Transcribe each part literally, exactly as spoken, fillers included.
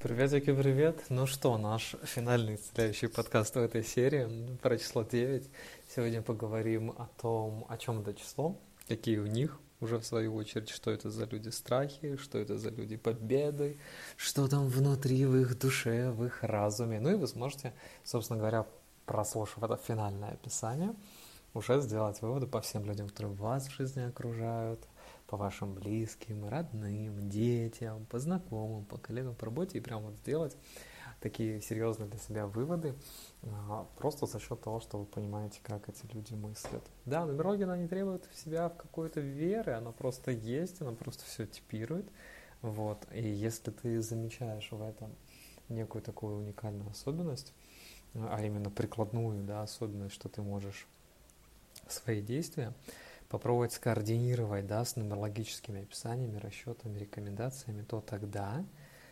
Приветики, привет. Ну что, наш финальный исцеляющий подкаст в этой серии про число девять. Сегодня поговорим о том, о чем это число, какие у них уже в свою очередь, что это за люди страхи, что это за люди победы, что там внутри в их душе, в их разуме. Ну и вы сможете, собственно говоря, прослушав это финальное описание, уже сделать выводы по всем людям, которые вас в жизни окружают, по вашим близким, родным, детям, по знакомым, по коллегам по работе, и прям вот сделать такие серьезные для себя выводы просто за счет того, что вы понимаете, как эти люди мыслят. Да, нумерология, она не требует в себя в какой-то веры, она просто есть, она просто все типирует. Вот. И если ты замечаешь в этом некую такую уникальную особенность, а именно прикладную, да, особенность, что ты можешь свои действия попробовать скоординировать, да, с нумерологическими описаниями, расчетами, рекомендациями, то тогда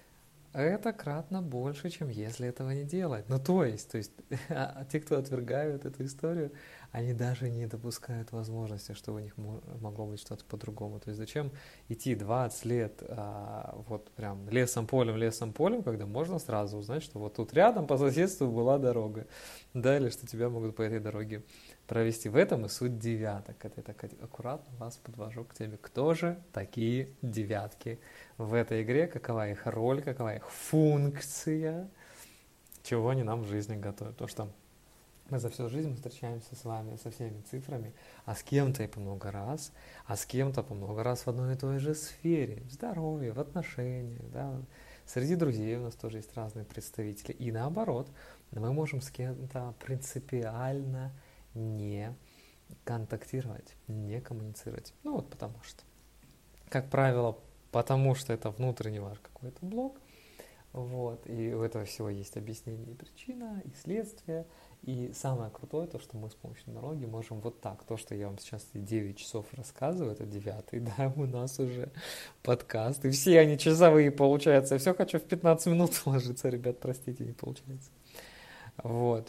это кратно больше, чем если этого не делать. Ну, то есть, то есть а те, кто отвергают эту историю, они даже не допускают возможности, что у них могло быть что-то по-другому. То есть зачем идти двадцать лет а, вот прям лесом-полем, лесом-полем, когда можно сразу узнать, что вот тут рядом по соседству была дорога, да, или что тебя могут по этой дороге провести. В этом и суть девяток. Это я так аккуратно вас подвожу к теме, кто же такие девятки в этой игре, какова их роль, какова их функция, чего они нам в жизни готовят. Потому что мы за всю жизнь встречаемся с вами со всеми цифрами, а с кем-то и по много раз, а с кем-то по много раз в одной и той же сфере, в здоровье, в отношениях, да. Среди друзей у нас тоже есть разные представители. И наоборот, мы можем с кем-то принципиально не контактировать, не коммуницировать. Ну вот потому что. Как правило, потому что это внутренний ваш какой-то блок. Вот, и у этого всего есть объяснение и причина, и следствие. И самое крутое, то, что мы с помощью нумерологии можем вот так. То, что я вам сейчас девять часов рассказываю, это девятый, да, у нас уже подкаст. И все они часовые, получается. Я все хочу в пятнадцать минут уложиться, ребят, простите, не получается. Вот.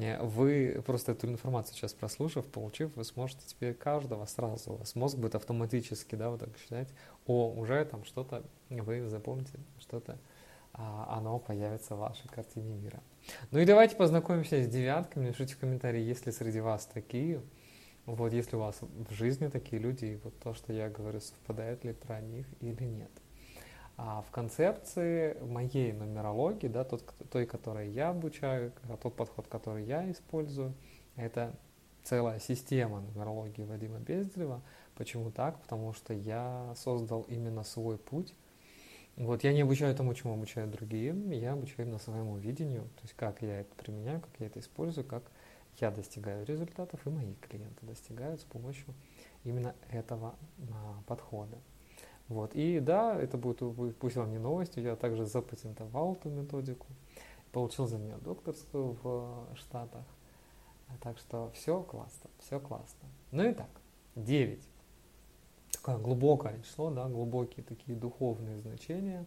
Вы просто эту информацию сейчас прослушав, получив, вы сможете теперь каждого сразу, у вас мозг будет автоматически, да, вот так считать, о, уже там что-то, вы запомните, что-то, а, оно появится в вашей картине мира. Ну и давайте познакомимся с девятками, напишите в комментарии, есть ли среди вас такие, вот, если у вас в жизни такие люди, и вот то, что я говорю, совпадает ли про них или нет. А в концепции моей нумерологии, да, тот, той, которой я обучаю, тот подход, который я использую, это целая система нумерологии Вадима Безделева. Почему так? Потому что я создал именно свой путь. Вот, я не обучаю тому, чему обучают другие, я обучаю именно своему видению, то есть как я это применяю, как я это использую, как я достигаю результатов, и мои клиенты достигают с помощью именно этого а, подхода. Вот. И да, это будет, пусть вам не новостью, я также запатентовал эту методику, получил за нее докторскую в Штатах. Так что все классно, все классно. Ну и так, девять. Такое глубокое число, да, глубокие такие духовные значения,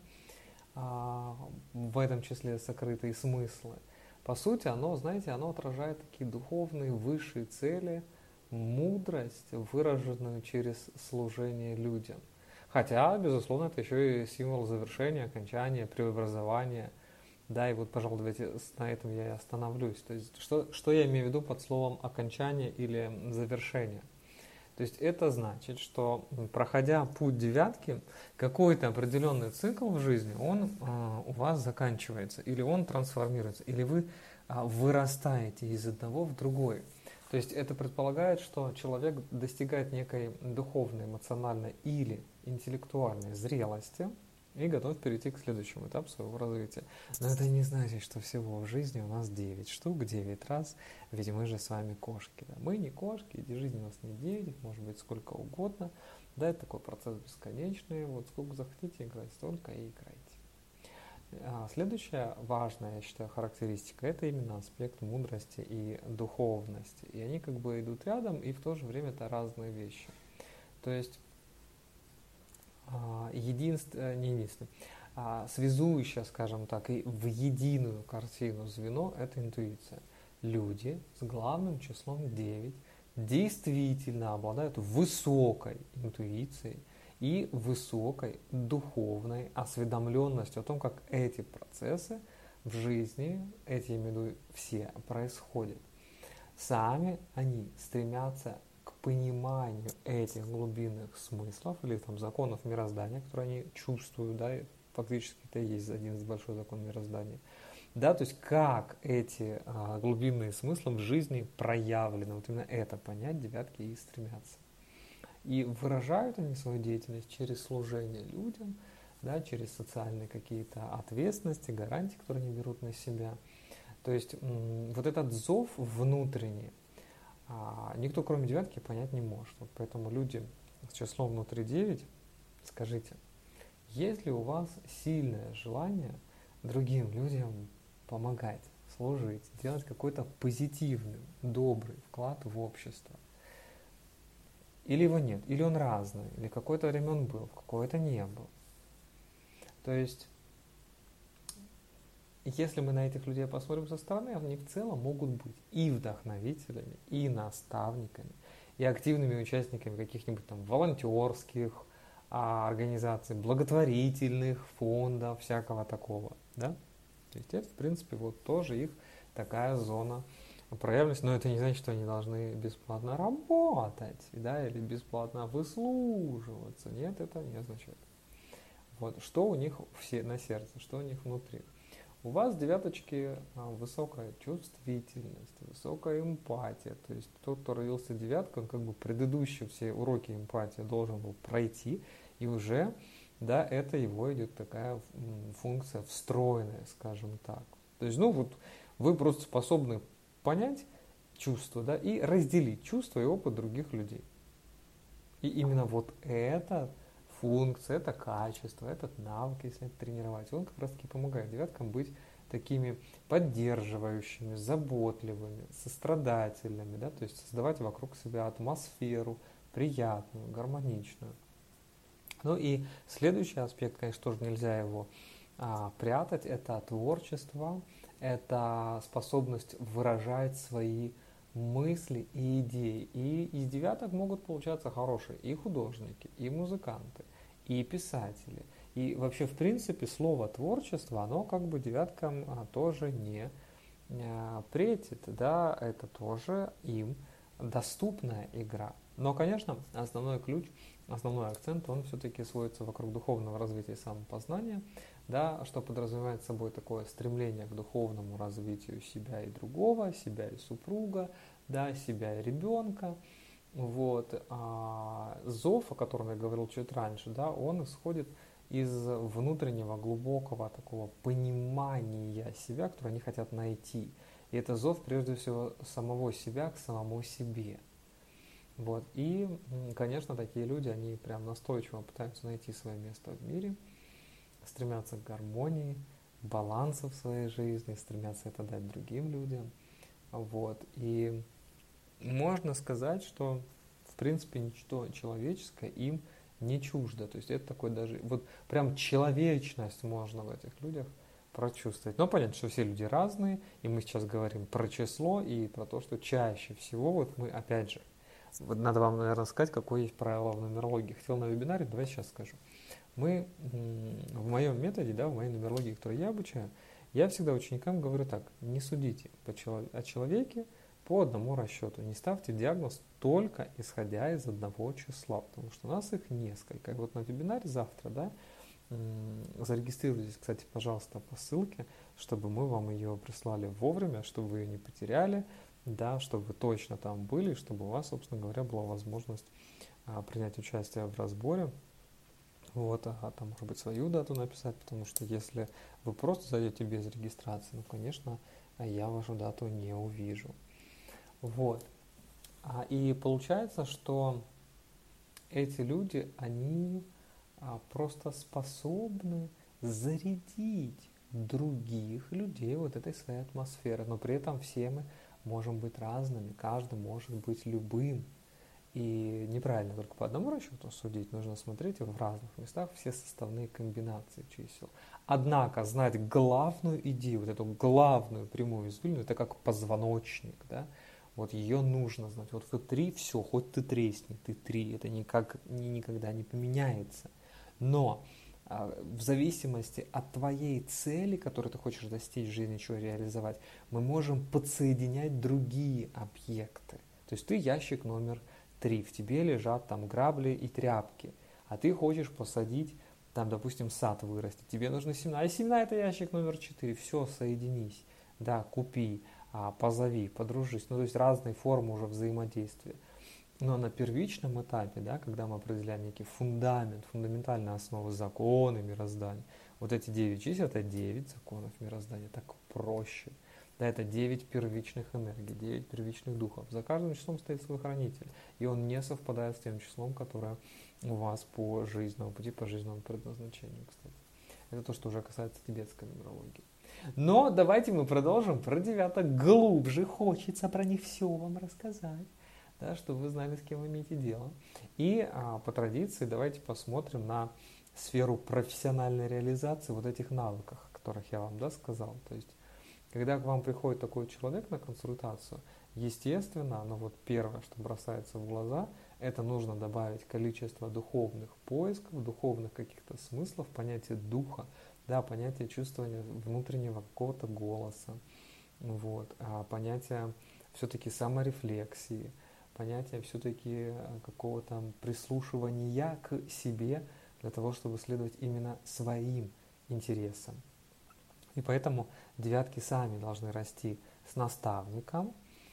а, в этом числе сокрытые смыслы. По сути, оно, знаете, оно отражает такие духовные высшие цели, мудрость, выраженную через служение людям. Хотя, безусловно, это еще и символ завершения, окончания, преобразования. Да, и вот, пожалуй, давайте на этом я и остановлюсь. То есть, что, что я имею в виду под словом окончание или завершение? То есть это значит, что проходя путь девятки, какой-то определенный цикл в жизни, он э, у вас заканчивается, или он трансформируется, или вы э, вырастаете из одного в другой. То есть это предполагает, что человек достигает некой духовной, эмоциональной или интеллектуальной зрелости и готов перейти к следующему этапу своего развития. Но это не значит, что всего в жизни у нас девять штук, девять раз, ведь мы же с вами кошки. Да? Мы не кошки, и жизни у нас не девять, их может быть сколько угодно. Да, это такой процесс бесконечный, вот сколько захотите играть, столько и играйте. А следующая важная, я считаю, характеристика – это именно аспект мудрости и духовности. И они как бы идут рядом, и в то же время это разные вещи. То есть единственное, не единственное, а связующее, скажем так, и в единую картину звено – это интуиция. Люди с главным числом девять действительно обладают высокой интуицией и высокой духовной осведомленностью о том, как эти процессы в жизни, эти, я имею в виду, все происходят. Сами они стремятся к пониманию этих глубинных смыслов или там законов мироздания, которые они чувствуют, да, фактически это и есть один из большой закон мироздания. Да, то есть как эти а, глубинные смыслы в жизни проявлены, вот именно это понять девятки и стремятся. И выражают они свою деятельность через служение людям, да, через социальные какие-то ответственности, гарантии, которые они берут на себя. То есть м- вот этот зов внутренний а, никто, кроме девятки, понять не может. Вот поэтому люди с числом внутри девять, скажите, есть ли у вас сильное желание другим людям помогать, служить, делать какой-то позитивный, добрый вклад в общество? Или его нет, или он разный, или какое-то время он был, в какое-то не был. То есть, если мы на этих людей посмотрим со стороны, они в целом могут быть и вдохновителями, и наставниками, и активными участниками каких-нибудь там волонтерских а, организаций, благотворительных фондов, всякого такого, да? То есть это, в принципе, вот тоже их такая зона проявленности, но это не значит, что они должны бесплатно работать, да, или бесплатно выслуживаться. Нет, это не означает. Вот, что у них все на сердце, что у них внутри. У вас, девяточки, высокая чувствительность, высокая эмпатия. То есть тот, кто родился девяткой, он как бы предыдущие все уроки эмпатии должен был пройти, и уже, да, это его идет такая функция встроенная, скажем так. То есть, ну вот, вы просто способны понять чувства, да, и разделить чувства и опыт других людей. И именно вот эта функция, это качество, этот навык, если это тренировать, он как раз таки помогает девяткам быть такими поддерживающими, заботливыми, сострадательными, да, то есть создавать вокруг себя атмосферу приятную, гармоничную. Ну и следующий аспект, конечно, тоже нельзя его а, прятать, это творчество, это способность выражать свои мысли и идеи. И из девяток могут получаться хорошие и художники, и музыканты, и писатели. И вообще, в принципе, слово творчество, оно как бы девяткам а, тоже не а, претит, да, это тоже им доступная игра. Но, конечно, основной ключ, основной акцент, он все-таки сводится вокруг духовного развития и самопознания, да, что подразумевает собой такое стремление к духовному развитию себя и другого, себя и супруга, да, себя и ребенка. Вот. А зов, о котором я говорил чуть раньше, да, он исходит из внутреннего глубокого такого понимания себя, которое они хотят найти. И это зов, прежде всего, самого себя к самому себе. Вот. И, конечно, такие люди, они прям настойчиво пытаются найти свое место в мире, стремятся к гармонии, балансу в своей жизни, стремятся это дать другим людям. Вот. И можно сказать, что, в принципе, ничто человеческое им не чуждо. То есть это такой даже, вот прям человечность можно в этих людях прочувствовать. Но понятно, что все люди разные, и мы сейчас говорим про число и про то, что чаще всего, вот мы опять же, вот надо вам, наверное, сказать, какое есть правило в нумерологии. Хотел на вебинаре, давай сейчас скажу. Мы в моем методе, да, в моей нумерологии, которую я обучаю, я всегда ученикам говорю так: не судите о человеке по одному расчету, не ставьте диагноз только исходя из одного числа, потому что у нас их несколько. И вот на вебинаре завтра, да, зарегистрируйтесь, кстати, пожалуйста, по ссылке, чтобы мы вам ее прислали вовремя, чтобы вы ее не потеряли, да, чтобы вы точно там были, чтобы у вас, собственно говоря, была возможность а, принять участие в разборе. Вот, а там, может быть, свою дату написать, потому что если вы просто зайдете без регистрации, ну, конечно, я вашу дату не увижу. Вот. А, и получается, что эти люди, они а, просто способны зарядить других людей вот этой своей атмосферой, но при этом все мы можем быть разными, каждый может быть любым. И неправильно только по одному расчету судить, нужно смотреть в разных местах все составные комбинации чисел. Однако знать главную идею, вот эту главную прямую извилину, это как позвоночник, да, Вот ее нужно знать. Вот вы три, все, хоть ты тресни, ты три, это никак, никогда не поменяется. Но а, в зависимости от твоей цели, которую ты хочешь достичь в жизни, чего реализовать, мы можем подсоединять другие объекты. То есть ты ящик номер три, в тебе лежат там грабли и тряпки, а ты хочешь посадить, там, допустим, сад вырастить, тебе нужны семена, а семена это ящик номер четыре, все, соединись, да, купи, а, позови, подружись, ну то есть разные формы уже взаимодействия. Но на первичном этапе, да, когда мы определяем некий фундамент, фундаментальные основы законы мироздания, вот эти девять чисел, это девять законов мироздания, так проще. Да, это девять первичных энергий, девять первичных духов. За каждым числом стоит свой хранитель, и он не совпадает с тем числом, которое у вас по жизненному пути, по жизненному предназначению, кстати. Это то, что уже касается тибетской нумерологии. Но давайте мы продолжим про девяток глубже. Хочется про них все вам рассказать, да, чтобы вы знали, с кем вы имеете дело. И а, по традиции давайте посмотрим на сферу профессиональной реализации вот этих навыков, о которых я вам, да, сказал. То есть, когда к вам приходит такой человек на консультацию, естественно, ну вот первое, что бросается в глаза, это нужно добавить количество духовных поисков, духовных каких-то смыслов, понятие духа, да, понятие чувствования внутреннего какого-то голоса, вот, а понятие все-таки саморефлексии, понятие все-таки какого-то прислушивания к себе для того, чтобы следовать именно своим интересам. И поэтому девятки сами должны расти с наставником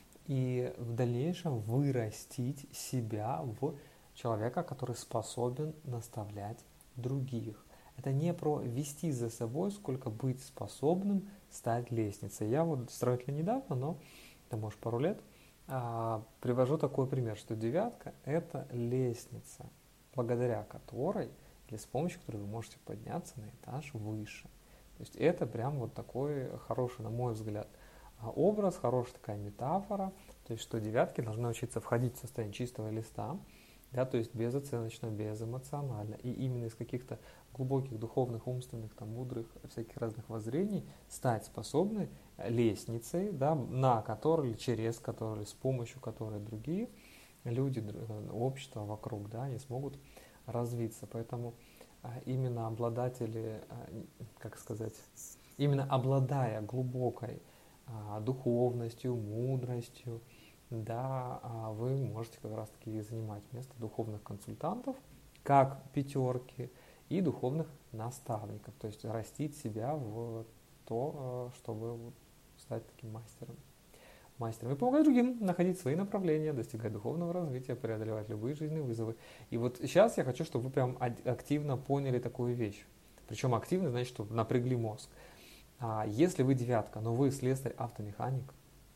и в дальнейшем вырастить себя в человека, который способен наставлять других. Это не про вести за собой, сколько быть способным стать лестницей. Я вот сравнительно недавно, но это может пару лет, а, привожу такой пример, что девятка – это лестница, благодаря которой или с помощью которой вы можете подняться на этаж выше. То есть это прям вот такой хороший, на мой взгляд, образ, хорошая такая метафора, то есть что девятки должны учиться входить в состояние чистого листа, да, то есть безоценочно, безэмоционально, и именно из каких-то глубоких духовных, умственных, там, мудрых, всяких разных воззрений стать способной лестницей, да, на которой, или через которую, или с помощью которой другие люди, общество вокруг, да, они смогут развиться. Поэтому именно обладатели, как сказать, именно обладая глубокой духовностью, мудростью, да, вы можете как раз-таки занимать место духовных консультантов, как пятерки, и духовных наставников, то есть растить себя в то, чтобы стать таким мастером. мастером и помогать другим находить свои направления, достигать духовного развития, преодолевать любые жизненные вызовы. И вот сейчас я хочу, чтобы вы прям активно поняли такую вещь. Причем активно, значит, что напрягли мозг. А если вы девятка, но вы слесарь-автомеханик,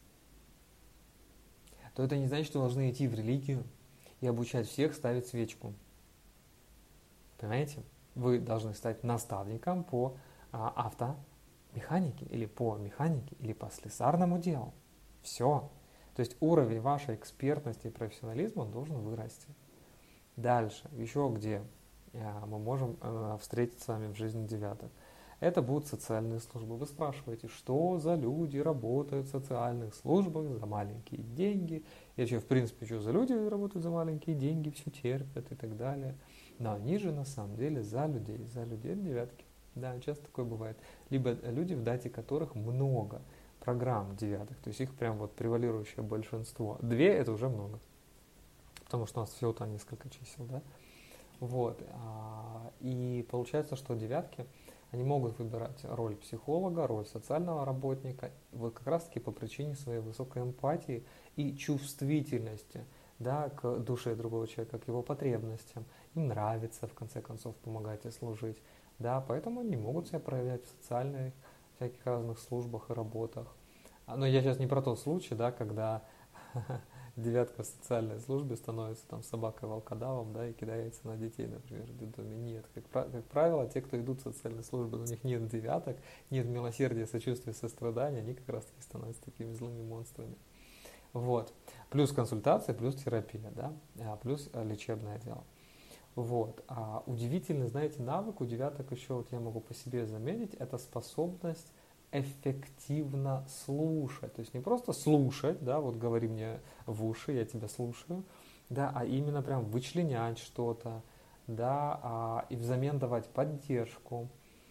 то это не значит, что вы должны идти в религию и обучать всех ставить свечку. Понимаете? Вы должны стать наставником по а, автомеханике, или по механике, или по слесарному делу. Все. То есть уровень вашей экспертности и профессионализма он должен вырасти. Дальше, еще где а, мы можем а, встретить с вами в жизни девяток. Это будут социальные службы. Вы спрашиваете, что за люди работают в социальных службах за маленькие деньги. И вообще, в принципе, что за люди работают за маленькие деньги, все терпят и так далее. Но они же на самом деле за людей, за людей девятки. Да, часто такое бывает. Либо люди, в дате которых много программ девятых, то есть их прям вот превалирующее большинство. Две это уже много, потому что у нас всего-то несколько чисел, да. Вот. И получается, что девятки, они могут выбирать роль психолога, роль социального работника, вот как раз-таки по причине своей высокой эмпатии и чувствительности, да, к душе другого человека, к его потребностям. Им нравится, в конце концов, помогать и служить. Да, поэтому они могут себя проявлять в социальных, всяких разных службах и работах. Но я сейчас не про тот случай, да, когда девятка в социальной службе становится там собакой-волкодавом, да, и кидается на детей, например, в детдоме. Нет. Как, как правило, те, кто идут в социальные службы, у них нет девяток, нет милосердия, сочувствия, сострадания, они как раз-таки становятся такими злыми монстрами. Вот. Плюс консультация, плюс терапия, да, а плюс лечебное дело. Вот. А удивительный, знаете, навык у девяток еще, вот я могу по себе заметить, это способность эффективно слушать. То есть не просто слушать, да, вот говори мне в уши, я тебя слушаю, да, а именно прям вычленять что-то, да, а, и взамен давать поддержку.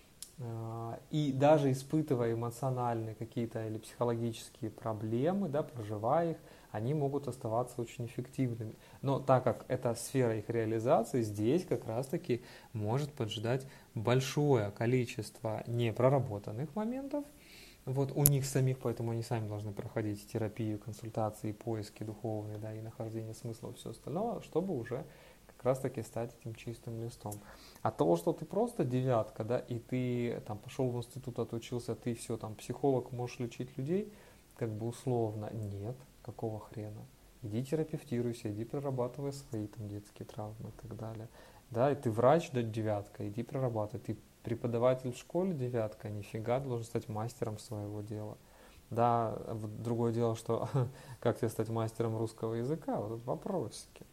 И даже испытывая эмоциональные какие-то или психологические проблемы, да, проживая их, они могут оставаться очень эффективными. Но так как это сфера их реализации, здесь как раз-таки может поджидать большое количество непроработанных моментов. Вот у них самих, поэтому они сами должны проходить терапию, консультации, поиски духовные, да, и нахождение смысла и все остальное, чтобы уже как раз-таки стать этим чистым листом. А то, что ты просто девятка, да, и ты там пошел в институт, отучился, ты все, там, психолог, можешь лечить людей, как бы условно, нет, какого хрена. Иди терапевтируйся, иди прорабатывай свои там детские травмы и так далее. Да, и ты врач, да, девятка, иди прорабатывай. Ты преподаватель в школе, девятка, нифига, должен стать мастером своего дела. Да, другое дело, что как тебе стать мастером русского языка, вот тут вопросики.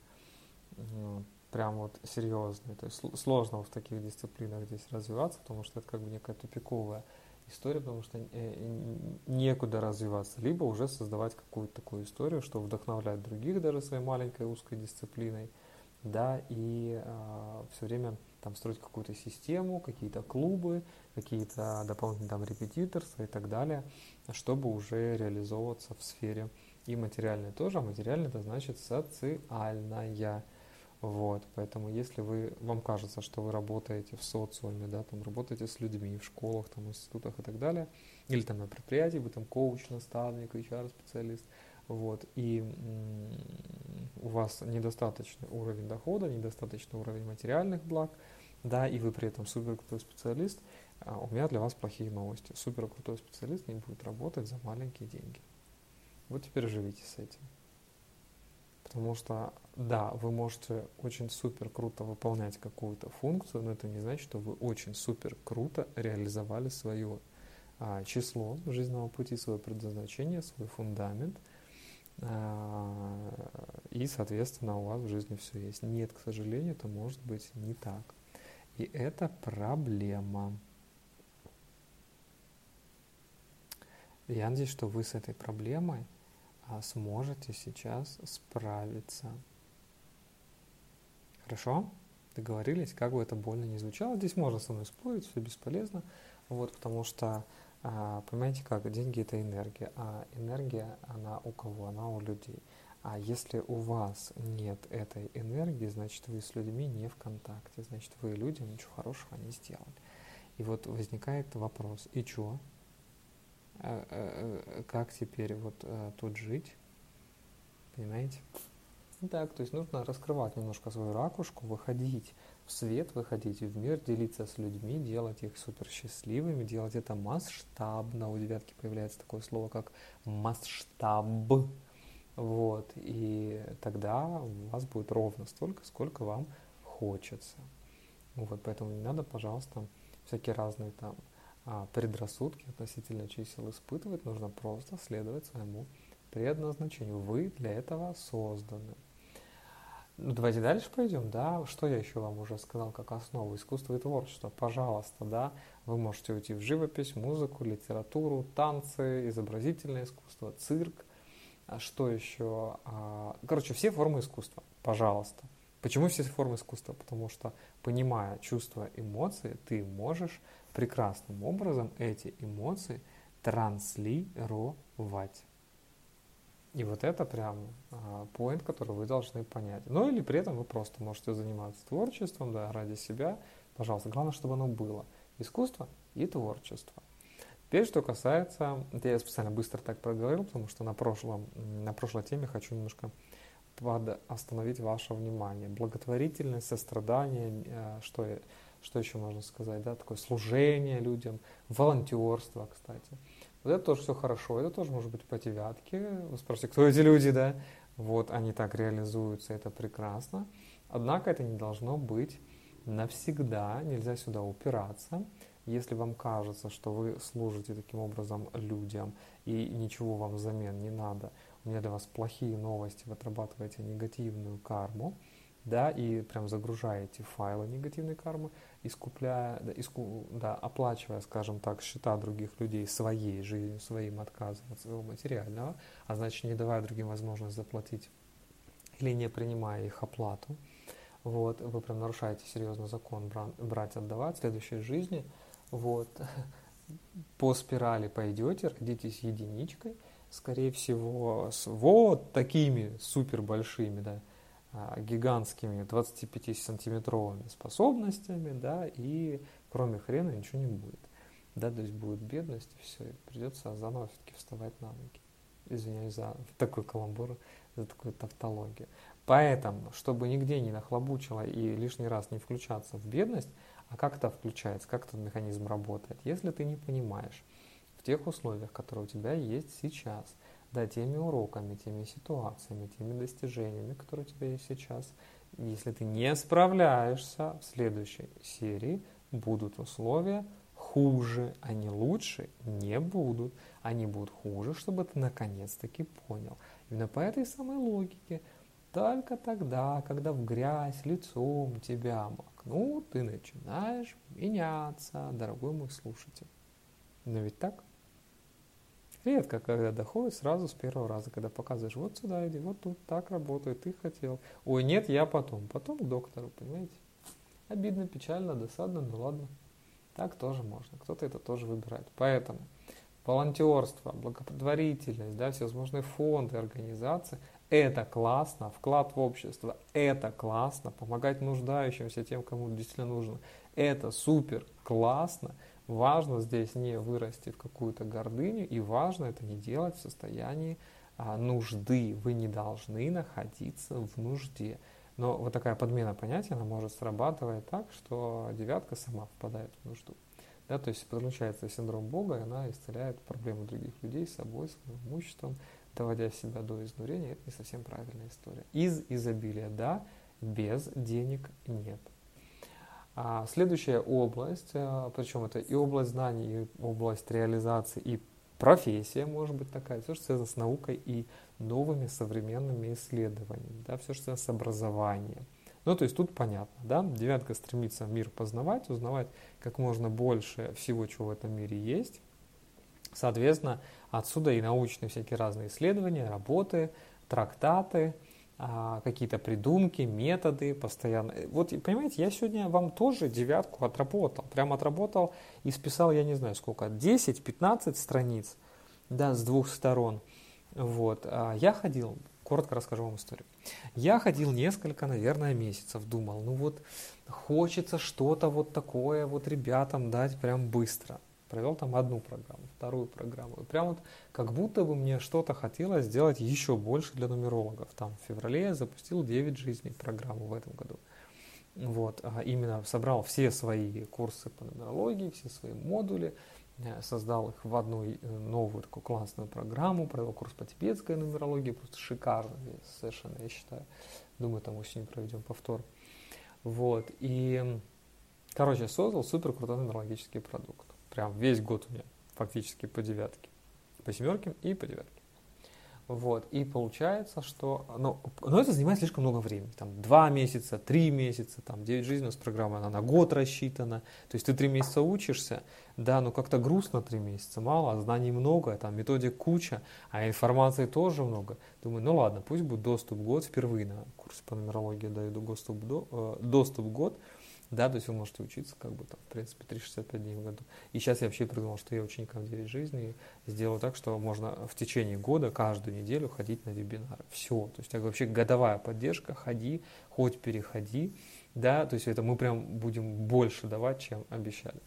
Прям вот серьезные. То есть сложно в таких дисциплинах здесь развиваться, потому что это как бы некая тупиковая история, потому что некуда развиваться. Либо уже создавать какую-то такую историю, что вдохновлять других даже своей маленькой узкой дисциплиной, да, и э, все время там строить какую-то систему, какие-то клубы, какие-то дополнительные там репетиторства и так далее, чтобы уже реализовываться в сфере и материальной тоже, а материальная это значит социальная. Вот, поэтому если вы, вам кажется, что вы работаете в социуме, да, там работаете с людьми в школах, там, институтах и так далее, или там на предприятии, вы там коуч, наставник, эйч ар-специалист, вот, и м- у вас недостаточный уровень дохода, недостаточный уровень материальных благ, да, и вы при этом супер крутой специалист, а у меня для вас плохие новости. Супер крутой специалист не будет работать за маленькие деньги. Вот теперь живите с этим. Потому что, да, вы можете очень супер круто выполнять какую-то функцию, но это не значит, что вы очень супер круто реализовали свое а, число жизненного пути, свое предназначение, свой фундамент, а, и, соответственно, у вас в жизни все есть. Нет, к сожалению, это может быть не так. И это проблема. Я надеюсь, что вы с этой проблемой сможете сейчас справиться. Хорошо? Договорились? Как бы это больно не звучало. Здесь можно со мной спорить, все бесполезно. Вот, потому что, понимаете как, деньги это энергия. А энергия, она у кого? Она у людей. А если у вас нет этой энергии, значит вы с людьми не в контакте. Значит вы людям ничего хорошего не сделали. И вот возникает вопрос, и чё? Как теперь вот тут жить, понимаете? Так, то есть нужно раскрывать немножко свою ракушку, выходить в свет, выходить в мир, делиться с людьми, делать их супер счастливыми, делать это масштабно. У девятки появляется такое слово, как масштаб. Вот, и тогда у вас будет ровно столько, сколько вам хочется. Вот, поэтому не надо, пожалуйста, всякие разные там предрассудки относительно чисел испытывать, нужно просто следовать своему предназначению. Вы для этого созданы. Ну, давайте дальше пойдем, да, что я еще вам уже сказал как основу, искусство и творчество, пожалуйста, да, вы можете уйти в живопись, музыку, литературу, танцы, изобразительное искусство, цирк, а что еще, короче, все формы искусства, пожалуйста. Почему все формы искусства? Потому что, понимая чувства, эмоции, ты можешь прекрасным образом эти эмоции транслировать. И вот это прям поинт, который вы должны понять. Ну или при этом вы просто можете заниматься творчеством, да, ради себя. Пожалуйста, главное, чтобы оно было. Искусство и творчество. Теперь, что касается, это я специально быстро так проговорил, потому что на, прошлом, на прошлой теме хочу немножко остановить ваше внимание. Благотворительность, сострадание, что, что еще можно сказать, да, такое служение людям, волонтерство, кстати. Вот это тоже все хорошо, это тоже может быть по девятке. Вы спросите, кто эти люди, да? Вот, они так реализуются, это прекрасно. Однако это не должно быть навсегда, нельзя сюда упираться. Если вам кажется, что вы служите таким образом людям и ничего вам взамен не надо, у меня для вас плохие новости, вы отрабатываете негативную карму, да, и прям загружая эти файлы негативной кармы, искупляя, да, иску, да, оплачивая, скажем так, счета других людей своей жизнью, своим отказом от своего материального, а значит, не давая другим возможность заплатить или не принимая их оплату, вот, вы прям нарушаете серьезно закон брать, отдавать в следующей жизни, вот, по спирали пойдете, родитесь единичкой, скорее всего, с вот такими супер большими, да, гигантскими двадцатипятисантиметровыми способностями, да, и кроме хрена ничего не будет. Да, то есть будет бедность, и все, и придется заново все-таки вставать на ноги. Извиняюсь за такой каламбур, за такую тавтологию. Поэтому, чтобы нигде не нахлобучило и лишний раз не включаться в бедность, а как это включается, как этот механизм работает, если ты не понимаешь в тех условиях, которые у тебя есть сейчас, да, теми уроками, теми ситуациями, теми достижениями, которые у тебя есть сейчас, если ты не справляешься, в следующей серии будут условия хуже, они лучше не будут, они будут хуже, чтобы ты наконец-таки понял. Именно по этой самой логике, только тогда, когда в грязь лицом тебя макнут, ты начинаешь меняться, дорогой мой слушатель. Но ведь так? Редко, когда доходит сразу с первого раза, когда показываешь, вот сюда иди, вот тут так работает, ты хотел. Ой, нет, я потом, потом к доктору, понимаете? Обидно, печально, досадно, ну ладно. Так тоже можно, кто-то это тоже выбирает. Поэтому волонтерство, благотворительность, да, всевозможные фонды, организации, это классно, вклад в общество, это классно, помогать нуждающимся, тем, кому действительно нужно, это супер классно. Важно здесь не вырасти в какую-то гордыню, и важно это не делать в состоянии а, нужды. Вы не должны находиться в нужде. Но вот такая подмена понятия, она может срабатывать так, что девятка сама впадает в нужду. Да, то есть подключается синдром Бога, и она исцеляет проблемы других людей с собой, своим имуществом, доводя себя до изнурения. Это не совсем правильная история. Из изобилия – да, без денег нет. А следующая область, причем это и область знаний, и область реализации, и профессия может быть такая, все, что связано с наукой и новыми современными исследованиями, да, все, что связано с образованием. Ну, то есть тут понятно, да, девятка стремится мир познавать, узнавать как можно больше всего, чего в этом мире есть. Соответственно, отсюда и научные всякие разные исследования, работы, трактаты, какие-то придумки, методы постоянно. Вот, понимаете, я сегодня вам тоже девятку отработал. Прям отработал и списал, я не знаю сколько, десять-пятнадцать страниц, да, с двух сторон. Вот. Я ходил, коротко расскажу вам историю. Я ходил несколько, наверное, месяцев, думал, ну вот хочется что-то вот такое вот ребятам дать прям быстро. Провел там одну программу, вторую программу. И прям вот как будто бы мне что-то хотелось сделать еще больше для нумерологов. Там в феврале я запустил девять жизней программу в этом году. Вот, а именно собрал все свои курсы по нумерологии, все свои модули, создал их в одну новую такую классную программу, провел курс по тибетской нумерологии, просто шикарно совершенно, я считаю. Думаю, там осенью проведем повтор. Вот, и, короче, создал супер крутой нумерологический продукт. Прям весь год у меня фактически по девятке, по семерке и по девятке. Вот, и получается, что, ну, но это занимает слишком много времени, там, два месяца, три месяца, там, девять жизней у нас программа, она на год рассчитана, то есть ты три месяца учишься, да, ну, как-то грустно три месяца, мало, а знаний много, там, методик куча, а информации тоже много. Думаю, ну, ладно, пусть будет доступ год, впервые на курсе по нумерологии даю доступ, до, э, доступ год, да, то есть вы можете учиться, как бы, там, в принципе, триста шестьдесят пять дней в году. И сейчас я вообще придумал, что я ученикам девять жизней сделаю так, что можно в течение года каждую неделю ходить на вебинары. Все, то есть вообще годовая поддержка, ходи, хоть переходи, да, то есть это мы прям будем больше давать, чем обещали.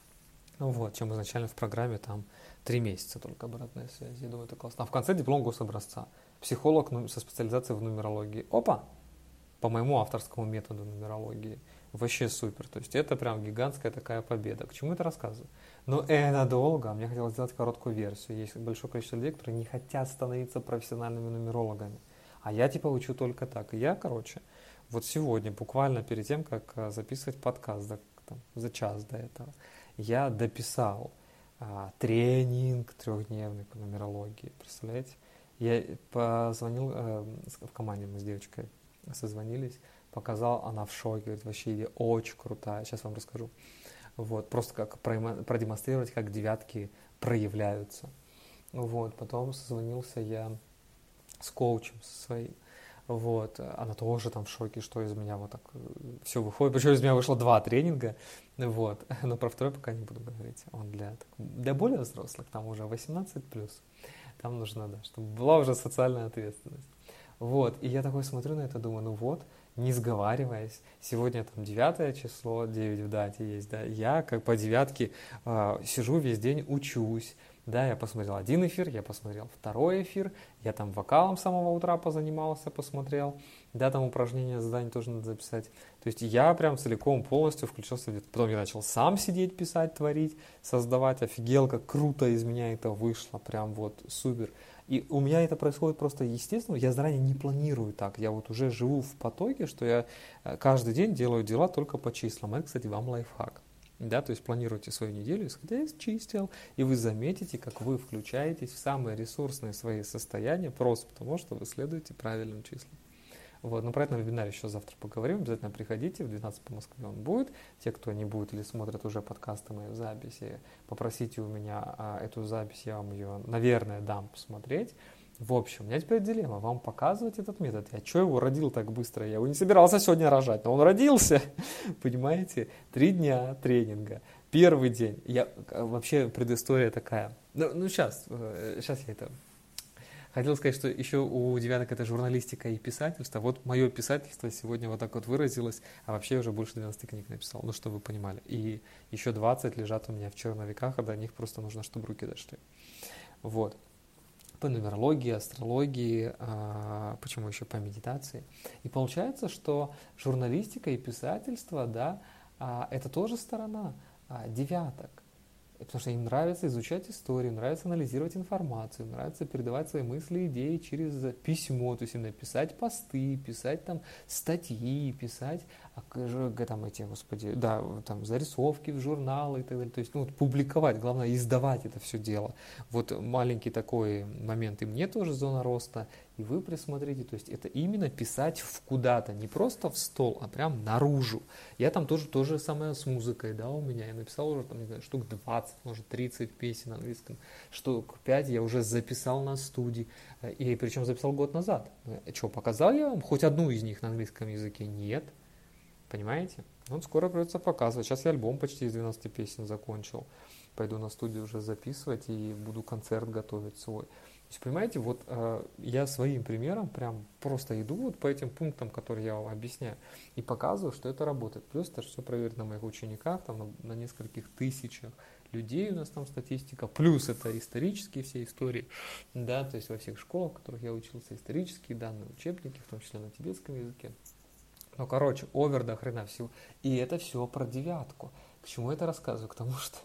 Вот, чем изначально в программе, там, три месяца только обратная связь. Я думаю, это классно. А в конце диплом гособразца. Психолог со специализацией в нумерологии. Опа! По моему авторскому методу нумерологии. Вообще супер. То есть это прям гигантская такая победа. К чему это рассказываю? Но это долго. Мне хотелось сделать короткую версию. Есть большое количество людей, которые не хотят становиться профессиональными нумерологами. А я типа учу только так. И я, короче, вот сегодня, буквально перед тем, как записывать подкаст, за, там, за час до этого, я дописал а, тренинг трехдневный по нумерологии. Представляете? Я позвонил, э, в команде мы с девочкой созвонились, показал, она в шоке, говорит, вообще идея очень крутая, сейчас вам расскажу. Вот, просто как продемонстрировать, как девятки проявляются. Вот, потом созвонился я с коучем со своим. Вот, она тоже там в шоке, что из меня вот так все выходит. Причем из меня вышло два тренинга, вот, но про второй пока не буду говорить. Он для, для более взрослых, там уже восемнадцать плюс. Там нужно, да, чтобы была уже социальная ответственность. Вот, и я такой смотрю на это, думаю, ну вот, не сговариваясь, сегодня там девятое число, девять в дате есть, да, я как по девятке э, сижу весь день, учусь. Да, я посмотрел один эфир, я посмотрел второй эфир, я там вокалом с самого утра позанимался, посмотрел, да, там упражнения, задания тоже надо записать. То есть я прям целиком полностью включился. Потом я начал сам сидеть, писать, творить, создавать. Офигел, как круто из меня это вышло, прям вот супер. И у меня это происходит просто естественно, я заранее не планирую так. Я вот уже живу в потоке, что я каждый день делаю дела только по числам. Это, кстати, вам лайфхак. Да, то есть планируйте свою неделю, исходя из чисел, и вы заметите, как вы включаетесь в самые ресурсные свои состояния, просто потому что вы следуете правильным числам. Вот, но про это на вебинаре еще завтра поговорим, обязательно приходите, в двенадцать по Москве он будет. Те, кто не будет или смотрят уже подкасты мои в записи, попросите у меня а, эту запись, я вам ее, наверное, дам посмотреть. В общем, у меня теперь дилемма, вам показывать этот метод. Я что его родил так быстро? Я его не собирался сегодня рожать, но он родился, понимаете? Три дня тренинга, первый день. Я, вообще предыстория такая. Ну, ну сейчас, сейчас я это... Хотел сказать, что еще у девяток это журналистика и писательство. Вот мое писательство сегодня вот так вот выразилось, а вообще я уже больше двенадцати книг написал, ну, чтобы вы понимали. И еще двадцать лежат у меня в черновиках, а до них просто нужно, чтобы руки дошли. Вот. По нумерологии, астрологии, а, почему еще по медитации. И получается, что журналистика и писательство, да, а, это тоже сторона а, девяток. Потому что им нравится изучать историю, нравится анализировать информацию, нравится передавать свои мысли, идеи через письмо, то есть именно писать посты, писать там статьи, писать там эти, господи, да, там зарисовки в журналы и так далее. То есть, ну, вот, публиковать, главное, издавать это все дело. Вот маленький такой момент, и мне тоже зона роста, и вы присмотрите, то есть это именно писать в куда-то, не просто в стол, а прям наружу. Я там тоже то же самое с музыкой, да, у меня, я написал уже там, не знаю, штук двадцать, может тридцать песен на английском, штук пять я уже записал на студии, и причем записал год назад. Что, показал я вам хоть одну из них на английском языке? Нет. Понимаете? Вот скоро придется показывать. Сейчас я альбом почти из двенадцати песен закончил. Пойду на студию уже записывать и буду концерт готовить свой. То есть, понимаете, вот э, я своим примером прям просто иду вот по этим пунктам, которые я вам объясняю, и показываю, что это работает. Плюс это все проверено на моих учениках, там на, на нескольких тысячах людей у нас там статистика. Плюс это исторические все истории, да, то есть во всех школах, в которых я учился, исторические данные, учебники, в том числе на тибетском языке. Ну, короче, овер до хрена всего. И это все про девятку. К чему я это рассказываю? К тому, что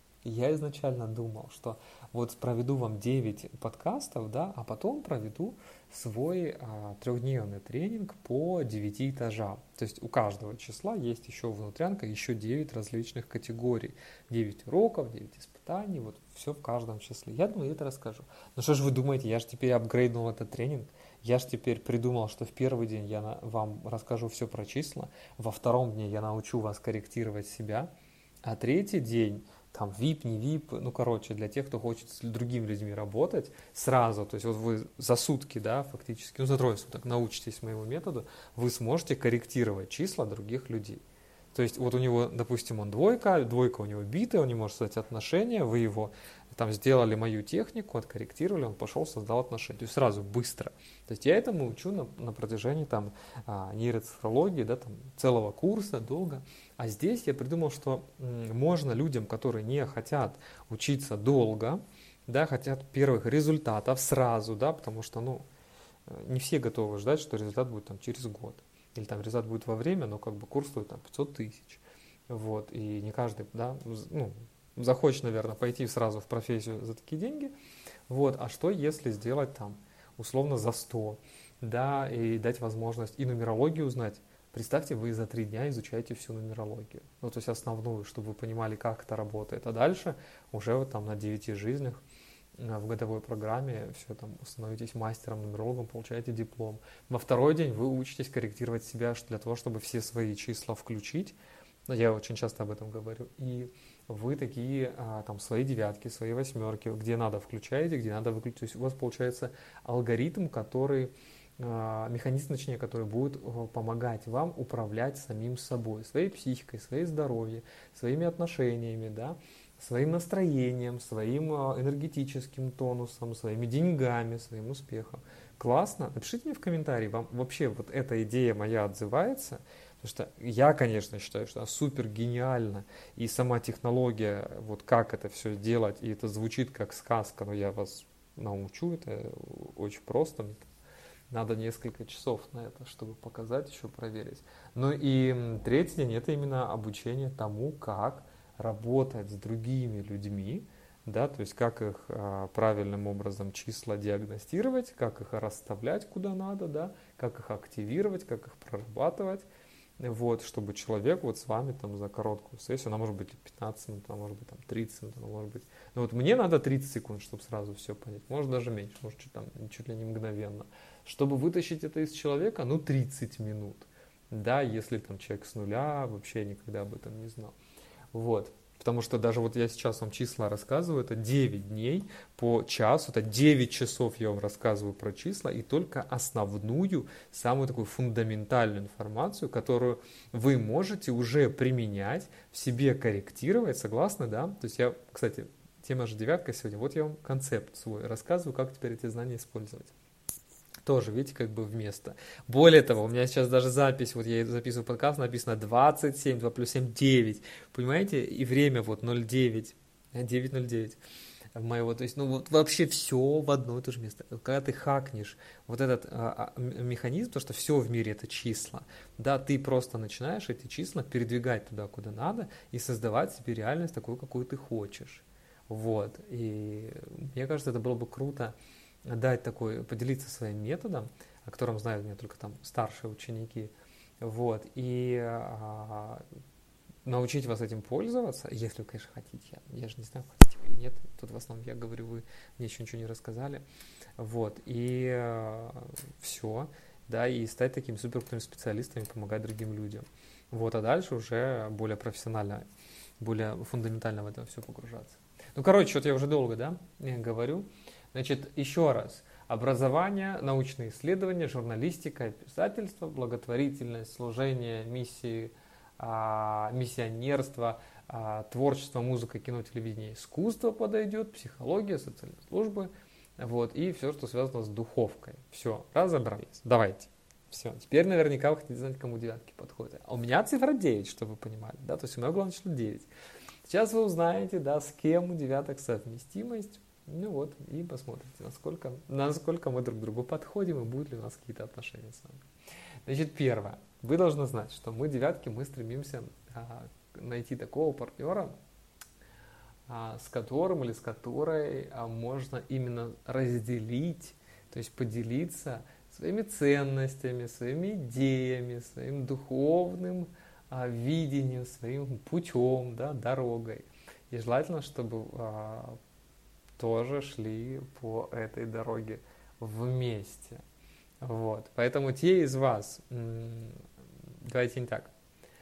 я изначально думал, что вот проведу вам девять подкастов, да, а потом проведу свой а, трехдневный тренинг по девяти этажам. То есть у каждого числа есть еще внутрянка, еще девять различных категорий. девять уроков, девять испытаний, вот все в каждом числе. Я думаю, я это расскажу. Ну что же вы думаете, я же теперь апгрейднул этот тренинг. Я же теперь придумал, что в первый день я на, вам расскажу все про числа, во втором дне я научу вас корректировать себя, а третий день, там, вип, не вип, ну, короче, для тех, кто хочет с другими людьми работать, сразу, то есть вот вы за сутки, да, фактически, ну, за трое суток научитесь моему методу, вы сможете корректировать числа других людей. То есть вот у него, допустим, он двойка, двойка у него битая, он не может создать отношения, вы его там сделали мою технику, откорректировали, он пошел, создал отношения. То есть сразу, быстро. То есть я этому учу на, на протяжении там нейроцифрологии, да, там, целого курса, долго. А здесь я придумал, что м, можно людям, которые не хотят учиться долго, да, хотят первых результатов сразу, да, потому что, ну, не все готовы ждать, что результат будет там через год. Или там результат будет во время, но как бы курс стоит там пятьсот тысяч. Вот, и не каждый, да, ну, захочет, наверное, пойти сразу в профессию за такие деньги. Вот, а что если сделать там условно за сто, да, и дать возможность и нумерологию узнать. Представьте, вы за три дня изучаете всю нумерологию. Ну, то есть основную, чтобы вы понимали, как это работает. А дальше уже вот там на девяти жизнях в годовой программе, все там, становитесь мастером, нумерологом, получаете диплом. Во второй день вы учитесь корректировать себя для того, чтобы все свои числа включить. Я очень часто об этом говорю. И вы такие там свои девятки, свои восьмерки, где надо включаете, где надо выключить. То есть у вас получается алгоритм, который, механизм, точнее, который будет помогать вам управлять самим собой, своей психикой, своей здоровьем, своими отношениями, да, своим настроением, своим энергетическим тонусом, своими деньгами, своим успехом. Классно? Напишите мне в комментарии, вам вообще вот эта идея моя отзывается? Потому что я, конечно, считаю, что она супер гениальна. И сама технология, вот как это все делать, и это звучит как сказка, но я вас научу, это очень просто. Надо несколько часов на это, чтобы показать, еще проверить. Ну и третий день – это именно обучение тому, как работать с другими людьми, да, то есть как их а, правильным образом числа диагностировать, как их расставлять куда надо, да, как их активировать, как их прорабатывать, вот, чтобы человек вот с вами там за короткую сессию, она может быть пятнадцать минут, она может быть там тридцать минут, она может быть, ну вот мне надо тридцать секунд, чтобы сразу все понять, может даже меньше, может чуть, там, чуть ли не мгновенно, чтобы вытащить это из человека, ну тридцать минут, да, если там человек с нуля вообще никогда об этом не знал. Вот, потому что даже вот я сейчас вам числа рассказываю, это девять дней по часу, это девять часов я вам рассказываю про числа, и только основную, самую такую фундаментальную информацию, которую вы можете уже применять, в себе корректировать, согласны, да? То есть я, кстати, тема же девятка сегодня, вот я вам концепт свой рассказываю, как теперь эти знания использовать. Тоже, видите, как бы вместо. Более того, у меня сейчас даже запись, вот я записываю подкаст, написано двадцать семь, два плюс семь, девять. Понимаете? И время вот ноль девять, девять ноль девять моего. То есть, ну вот вообще все в одно и то же место. Когда ты хакнешь вот этот а, а, механизм, то, что все в мире это числа, да, ты просто начинаешь эти числа передвигать туда, куда надо, и создавать себе реальность такую, какую ты хочешь. Вот. И мне кажется, это было бы круто дать такой, поделиться своим методом, о котором знают меня только там старшие ученики, вот, и а, научить вас этим пользоваться, если вы, конечно, хотите, я, я же не знаю, хотите вы или нет, тут в основном я говорю, вы мне еще ничего не рассказали, вот, и а, все, да, и стать таким суперкрутым специалистом и помогать другим людям, вот, а дальше уже более профессионально, более фундаментально в это все погружаться. Ну, короче, вот я уже долго, да, говорю. Значит, еще раз. Образование, научные исследования, журналистика, писательство, благотворительность, служение, миссии, а, миссионерство, а, творчество, музыка, кино, телевидение, искусство подойдет, психология, социальные службы, вот, и все, что связано с духовкой. Все, разобрались. Давайте. Все, теперь наверняка вы хотите знать, кому девятки подходят. А у меня цифра девять, чтобы вы понимали, да, то есть у меня главное число девять. Сейчас вы узнаете, да, с кем у девяток совместимость. Ну вот, и посмотрите, насколько, насколько мы друг другу подходим, и будут ли у нас какие-то отношения с вами. Значит, первое. Вы должны знать, что мы, девятки, мы стремимся а, найти такого партнера, а, с которым или с которой а, можно именно разделить, то есть поделиться своими ценностями, своими идеями, своим духовным а, видением, своим путем, да, дорогой. И желательно, чтобы а, тоже шли по этой дороге вместе. Вот. Поэтому те из вас, давайте не так,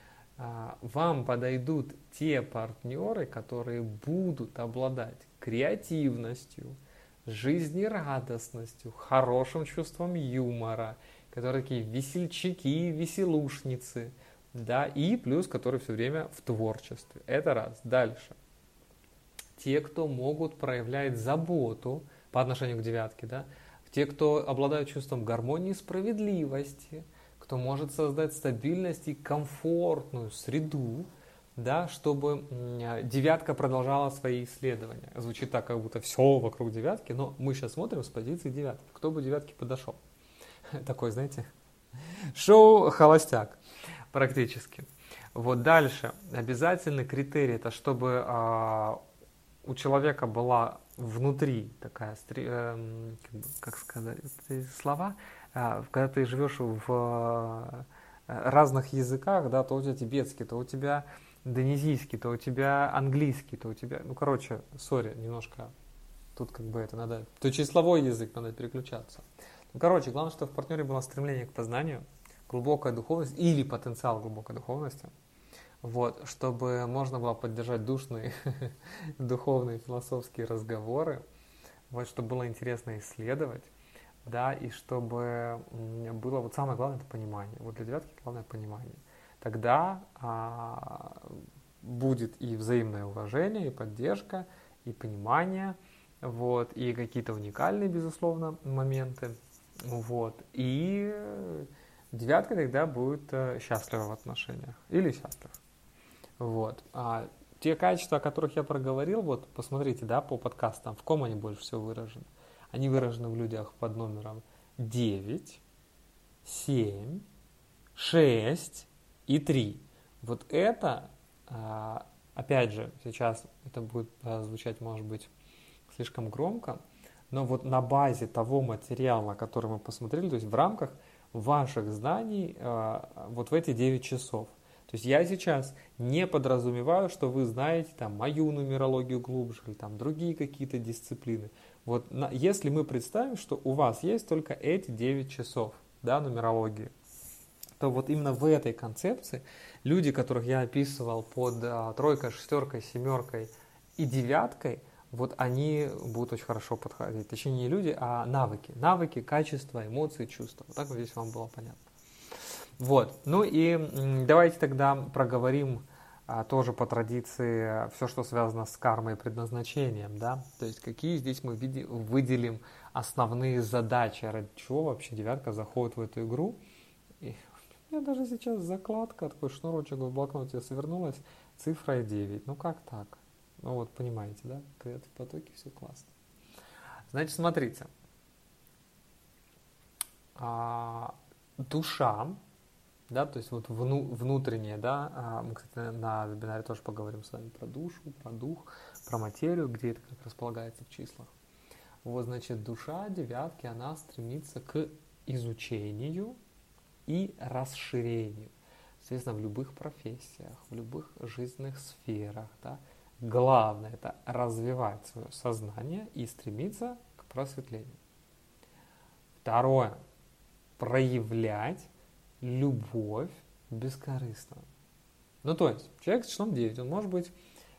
вам подойдут те партнеры, которые будут обладать креативностью, жизнерадостностью, хорошим чувством юмора, которые такие весельчаки, веселушницы, да, и плюс, которые все время в творчестве. Это раз. Дальше. Те, кто могут проявлять заботу по отношению к девятке, да, те, кто обладают чувством гармонии и справедливости, кто может создать стабильность и комфортную среду, да, чтобы девятка продолжала свои исследования. Звучит так, как будто все вокруг девятки, но мы сейчас смотрим с позиции девятки. Кто бы девятке подошел? Такой, знаете, шоу «Холостяк» практически. Вот дальше. Обязательный критерий – это чтобы а, у человека была внутри такая, э, как сказать, эти слова, э, когда ты живешь в разных языках, да, то у тебя тибетский, то у тебя индонезийский, то у тебя английский, то у тебя, ну, короче, сори, немножко Тут как бы это надо, то числовой язык, надо переключаться. Ну, короче, главное, чтобы в партнере было стремление к познанию, глубокая духовность или потенциал глубокой духовности, вот, чтобы можно было поддержать душные духовные философские разговоры, вот, чтобы было интересно исследовать, да, и чтобы было, вот самое главное, это понимание. Вот для девятки главное понимание. Тогда а, будет и взаимное уважение, и поддержка, и понимание, вот, и какие-то уникальные, безусловно, моменты, вот, и девятка тогда будет счастлива в отношениях, или счастлив, вот. А те качества, о которых я проговорил, вот, посмотрите, да, по подкастам, в ком они больше всего выражены. Они выражены в людях под номером девять, семь, шесть и три. Вот это, опять же, сейчас это будет звучать, может быть, слишком громко, но вот на базе того материала, который мы посмотрели, то есть в рамках ваших знаний, вот в эти девять часов. То есть я сейчас не подразумеваю, что вы знаете там мою нумерологию глубже или там другие какие-то дисциплины. Вот на, если мы представим, что у вас есть только эти девять часов, да, нумерологии, то вот именно в этой концепции люди, которых я описывал под а, тройкой, шестеркой, семеркой и девяткой, вот они будут очень хорошо подходить. Точнее, не люди, а навыки. Навыки, качества, эмоции, чувства. Вот так вот здесь вам было понятно. Вот. Ну и м, давайте тогда проговорим а, тоже по традиции все, что связано с кармой и предназначением, да, то есть какие здесь мы види, выделим основные задачи, ради чего вообще девятка заходит в эту игру. И у меня даже сейчас закладка, такой шнурочек в блокноте свернулась, цифра девять, ну как так? Ну вот понимаете, да, когда ты в потоке, все классно. Значит, смотрите, а, душа, да, то есть вот вну, внутреннее, да, мы, кстати, на вебинаре тоже поговорим с вами про душу, про дух, про материю, где это как располагается в числах. Вот, значит, душа девятки, она стремится к изучению и расширению, соответственно, в любых профессиях, в любых жизненных сферах, да. Главное – это развивать свое сознание и стремиться к просветлению. Второе – проявлять любовь бескорыстно. Ну, то есть, человек с числом девять, он может быть,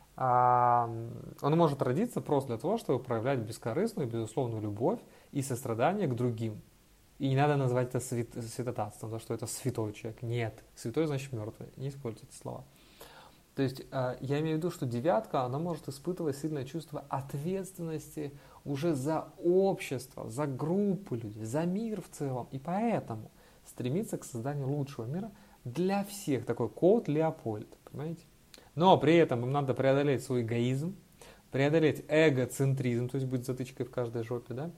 а, он может родиться просто для того, чтобы проявлять бескорыстную, безусловную любовь и сострадание к другим. И не надо называть это свят, святотатством, потому что это святой человек. Нет, святой значит мертвый, не используйте эти слова. То есть, а, я имею в виду, что девятка, она может испытывать сильное чувство ответственности уже за общество, за группу людей, за мир в целом. И поэтому стремится к созданию лучшего мира для всех. Такой кот Леопольд, понимаете? Но при этом им надо преодолеть свой эгоизм, преодолеть эгоцентризм, то есть быть затычкой в каждой жопе, да?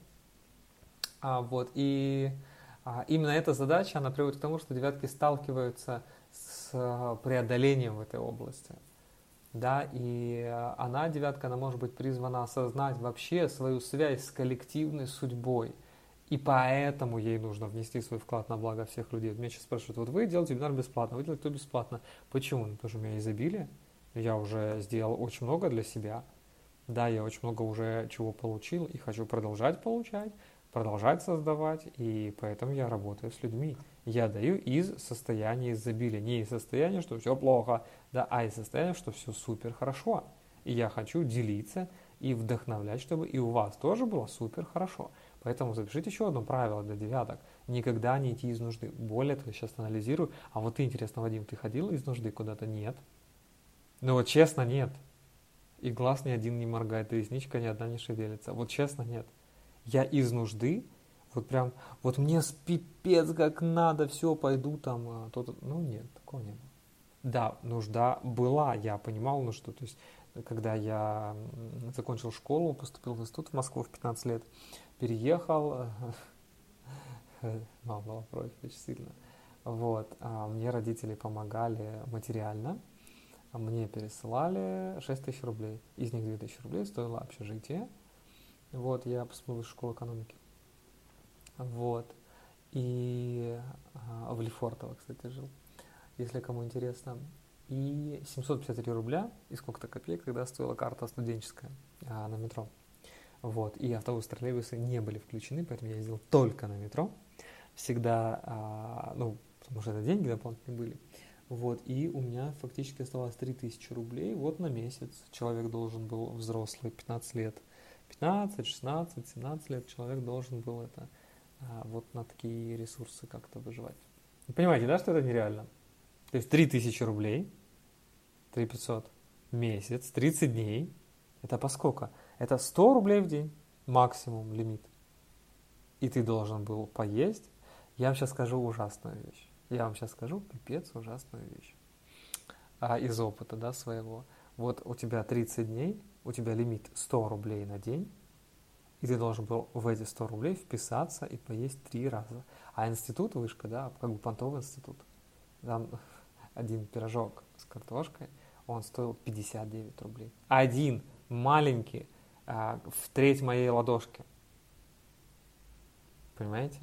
А, вот, и а, именно эта задача, она приводит к тому, что девятки сталкиваются с преодолением в этой области. Да, и она, девятка, она может быть призвана осознать вообще свою связь с коллективной судьбой. И поэтому ей нужно внести свой вклад на благо всех людей. Меня сейчас спрашивают, вот вы делаете вебинар бесплатно, вы делаете то бесплатно. Почему? Ну, потому что у меня изобилие. Я уже сделал очень много для себя. Да, я очень много уже чего получил и хочу продолжать получать, продолжать создавать. И поэтому я работаю с людьми. Я даю из состояния изобилия. Не из состояния, что все плохо, да, а из состояния, что все супер хорошо. И я хочу делиться и вдохновлять, чтобы и у вас тоже было супер хорошо. Поэтому запишите еще одно правило для девяток. Никогда не идти из нужды. Более того, я сейчас анализирую. А вот ты, интересно, Вадим, ты ходил из нужды куда-то? Нет. Ну вот честно, нет. И глаз ни один не моргает, и ресничка ни одна не шевелится. Вот честно, нет. Я из нужды, вот прям, вот мне с пипец как надо, все, пойду там, а, то-то. Ну нет, такого не было. Да, нужда была, я понимал, ну что, то есть, когда я закончил школу, поступил в институт в Москву в пятнадцать лет, переехал, мама была против очень сильно, вот, а мне родители помогали материально, мне пересылали шесть тысяч рублей, из них две тысячи рублей стоило общежитие, вот, я поступил в школу экономики, вот, и а, в Лефортово, кстати, жил, если кому интересно, и семьсот пятьдесят три рубля и сколько-то копеек тогда стоила карта студенческая а, на метро. Вот. И автобусы, троллейбусы не были включены, поэтому я ездил только на метро. Всегда, а, ну, потому что это деньги дополнительные были. Вот. И у меня фактически оставалось три тысячи рублей вот на месяц. Человек должен был, взрослый, пятнадцать лет, пятнадцать, шестнадцать, семнадцать лет, человек должен был это а, вот на такие ресурсы как-то выживать. Вы понимаете, да, что это нереально? То есть три тысячи рублей, три тысячи пятьсот месяц, тридцать дней. Это по сколько? Это сто рублей в день максимум лимит. И ты должен был поесть. Я вам сейчас скажу ужасную вещь. Я вам сейчас скажу пипец ужасную вещь. А из опыта, да, своего. Вот у тебя тридцать дней, у тебя лимит сто рублей на день, и ты должен был в эти сто рублей вписаться и поесть три раза. А институт, вышка, да, как бы понтовый институт, там один пирожок с картошкой, он стоил пятьдесят девять рублей. Один маленький, а, в треть моей ладошки. Понимаете?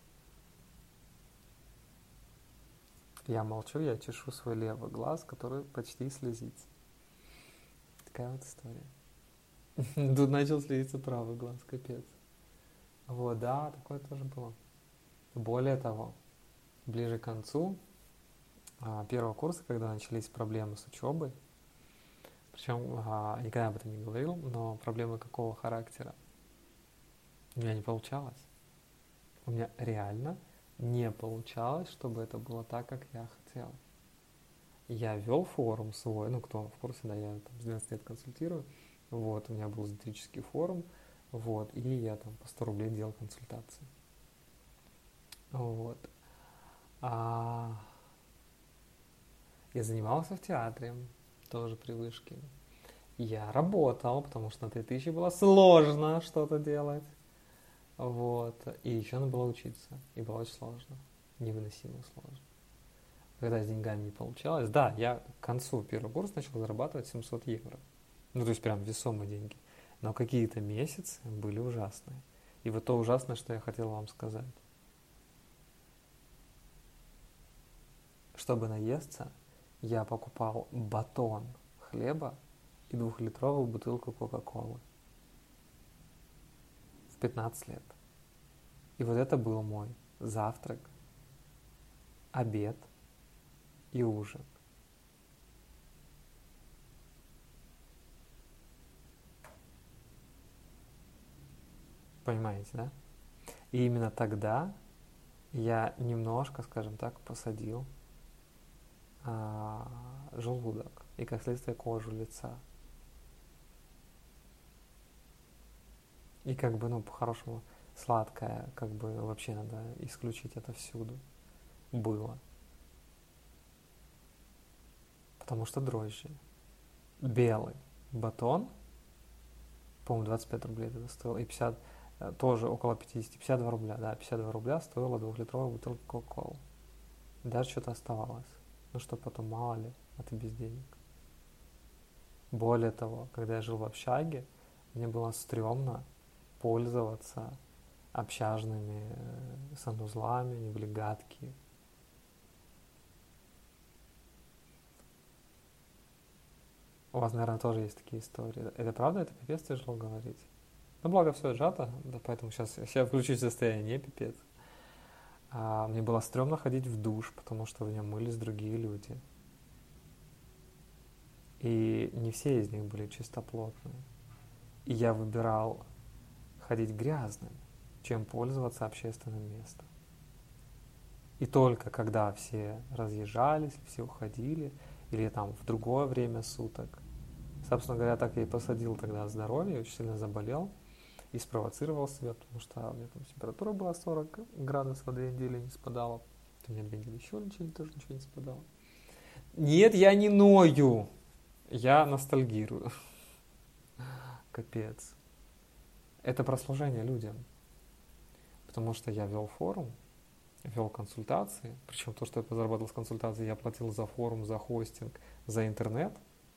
Я молчу, я чешу свой левый глаз, который почти слезится. Такая вот история. Тут начал слезиться правый глаз, капец. Вот, да, такое тоже было. Более того, ближе к концу а, первого курса, когда начались проблемы с учебой, причем а, никогда об этом не говорил, но проблемы какого характера? У меня не получалось. У меня реально не получалось, чтобы это было так, как я хотел. Я вел форум свой, ну кто в курсе, да, я там с двенадцати лет консультирую, вот, у меня был эзотерический форум, вот, и я там по сто рублей делал консультации. Вот. А я занимался в театре, тоже при вышке. Я работал, потому что на три тысячи было сложно что-то делать. Вот. И еще надо было учиться. И было очень сложно. Невыносимо сложно. Когда с деньгами не получалось. Да, я к концу первого курса начал зарабатывать семьсот евро. Ну, то есть прям весомые деньги. Но какие-то месяцы были ужасные. И вот то ужасное, что я хотел вам сказать. Чтобы наесться, я покупал батон хлеба и двухлитровую бутылку Кока-Колы. В пятнадцать лет. И вот это был мой завтрак, обед и ужин. Понимаете, да? И именно тогда я немножко, скажем так, посадил а, желудок и, как следствие, кожу лица. И как бы, ну, по-хорошему, сладкое, как бы вообще надо исключить это всюду. Было. Потому что дрожжи. Белый батон, по-моему, двадцать пять рублей это стоил, и пятьдесят, тоже около пятьдесят, пятьдесят два рубля, да, пятьдесят два рубля стоила двухлитровая бутылка Кока-Колы. Даже что-то оставалось. Ну что потом, мало ли, а ты без денег. Более того, когда я жил в общаге, мне было стрёмно пользоваться общажными санузлами, они были гадкие. У вас, наверное, тоже есть такие истории. Это правда? Это пипец тяжело говорить? Ну, благо все сжато, да, поэтому сейчас я включусь в состояние пипец. А мне было стрёмно ходить в душ, потому что в нем мылись другие люди. И не все из них были чистоплотные. И я выбирал ходить грязным, чем пользоваться общественным местом. И только когда все разъезжались, все уходили, или там в другое время суток, собственно говоря, так я и посадил тогда здоровье, очень сильно заболел и спровоцировал себя, потому что у меня там температура была сорок градусов, две недели не спадала. У меня две недели еще ничего, тоже ничего не спадало. Нет, я не ною, я ностальгирую. Капец. Это про служение людям. Потому что я вел форум, вел консультации, причем то, что я заработал с консультацией, я платил за форум, за хостинг, за интернет.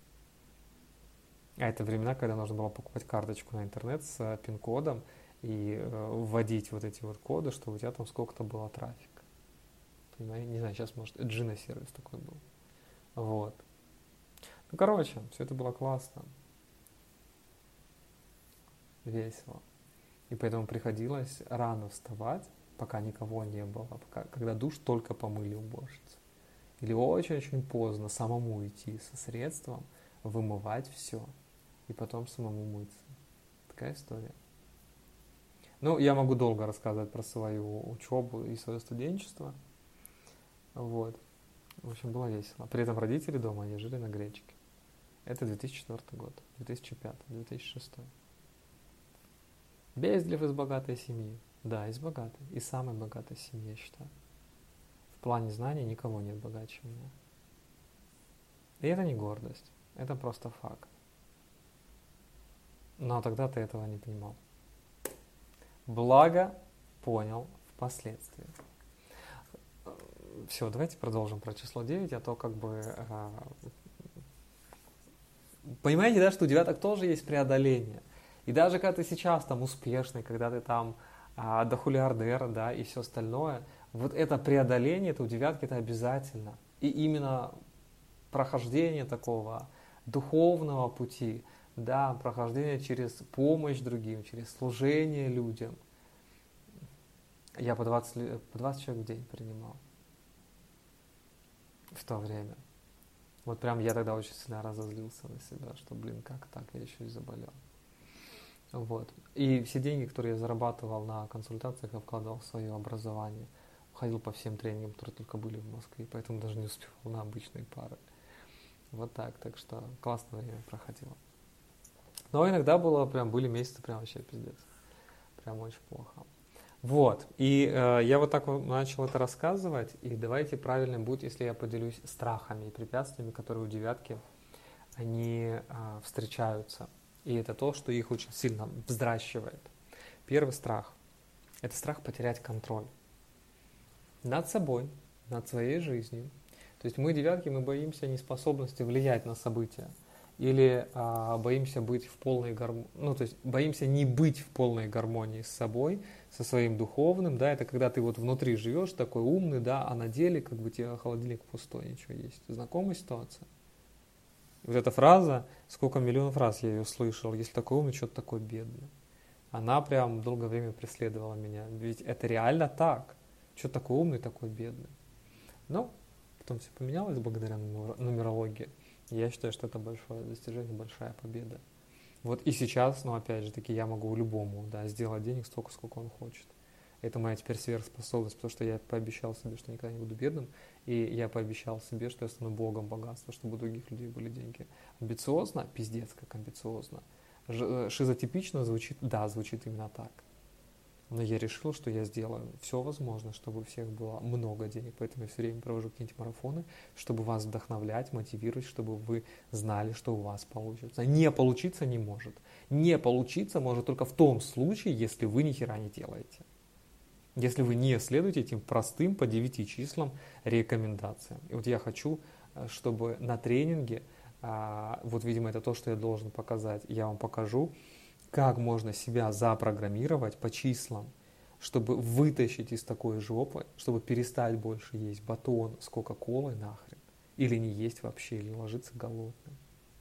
А это времена, когда нужно было покупать карточку на интернет с пин-кодом и э, вводить вот эти вот коды, что у тебя там сколько-то было трафика. Понимаете? Не знаю, сейчас, может, Джина сервис такой был. Вот. Ну, короче, все это было классно. весело. И поэтому приходилось рано вставать, пока никого не было, пока, когда душ только помыли уборщицы. Или очень-очень поздно самому идти со средством, вымывать все и потом самому мыться. Такая история. Ну, я могу долго рассказывать про свою учебу и свое студенчество. Вот. В общем, было весело. При этом родители дома, они жили на Гречке. Это две тысячи четвёртый год, две тысячи пятый, две тысячи шестой. Безлев из богатой семьи. Да, из богатой. Из самой богатой семьи, я считаю. В плане знаний никого нет богаче меня. И это не гордость. Это просто факт. Но тогда ты этого не понимал. Благо понял впоследствии. Все, давайте продолжим про число девять, а то как бы... Э, понимаете, да, что у девяток тоже есть преодоление. И даже когда ты сейчас там успешный, когда ты там э, дохулиардер, да, и все остальное, вот это преодоление, это у девятки, это обязательно. И именно прохождение такого духовного пути, да, прохождение через помощь другим, через служение людям. Я по двадцать, по двадцать человек в день принимал в то время. Вот прям я тогда очень сильно разозлился на себя, что, блин, как так, я еще и заболел. Вот. И все деньги, которые я зарабатывал на консультациях, я вкладывал в свое образование. Ходил по всем тренингам, которые только были в Москве, поэтому даже не успевал на обычные пары. Вот так, так что классное время проходило. Но иногда было, прям были месяцы, прям вообще пиздец. Прям очень плохо. Вот, и э, я вот так вот начал это рассказывать, и давайте правильным будет, если я поделюсь страхами и препятствиями, которые у девятки, они э, встречаются. И это то, что их очень сильно вздращивает. Первый страх – это страх потерять контроль над собой, над своей жизнью. То есть мы, девятки, мы боимся неспособности влиять на события. Или а, боимся быть в полной гармонии, ну, то есть боимся не быть в полной гармонии с собой, со своим духовным, да, это когда ты вот внутри живешь, такой умный, да, а на деле как бы тебе холодильник пустой, ничего есть. Знакомая ситуация? Вот эта фраза, сколько миллионов раз я ее слышал, если такой умный, что-то такой бедный. Она прям долгое время преследовала меня, ведь это реально так. Что такой умный, такой бедный. Но потом все поменялось благодаря нумерологии. Я считаю, что это большое достижение, большая победа. Вот и сейчас, ну опять же таки, я могу любому, да, сделать денег столько, сколько он хочет. Это моя теперь сверхспособность, потому что я пообещал себе, что никогда не буду бедным, и я пообещал себе, что я стану богом богатства, чтобы у других людей были деньги. Амбициозно? Пиздец, как амбициозно. Ж- шизотипично звучит? Да, звучит именно так. Но я решил, что я сделаю все возможное, чтобы у всех было много денег, поэтому я все время провожу какие-нибудь марафоны, чтобы вас вдохновлять, мотивировать, чтобы вы знали, что у вас получится. Не получиться не может. Не получиться может только в том случае, если вы ни хера не делаете. Если вы не следуете этим простым по девяти числам рекомендациям. И вот я хочу, чтобы на тренинге, вот, видимо, это то, что я должен показать, я вам покажу, как можно себя запрограммировать по числам, чтобы вытащить из такой жопы, чтобы перестать больше есть батон с кока-колой нахрен, или не есть вообще, или ложиться голодным.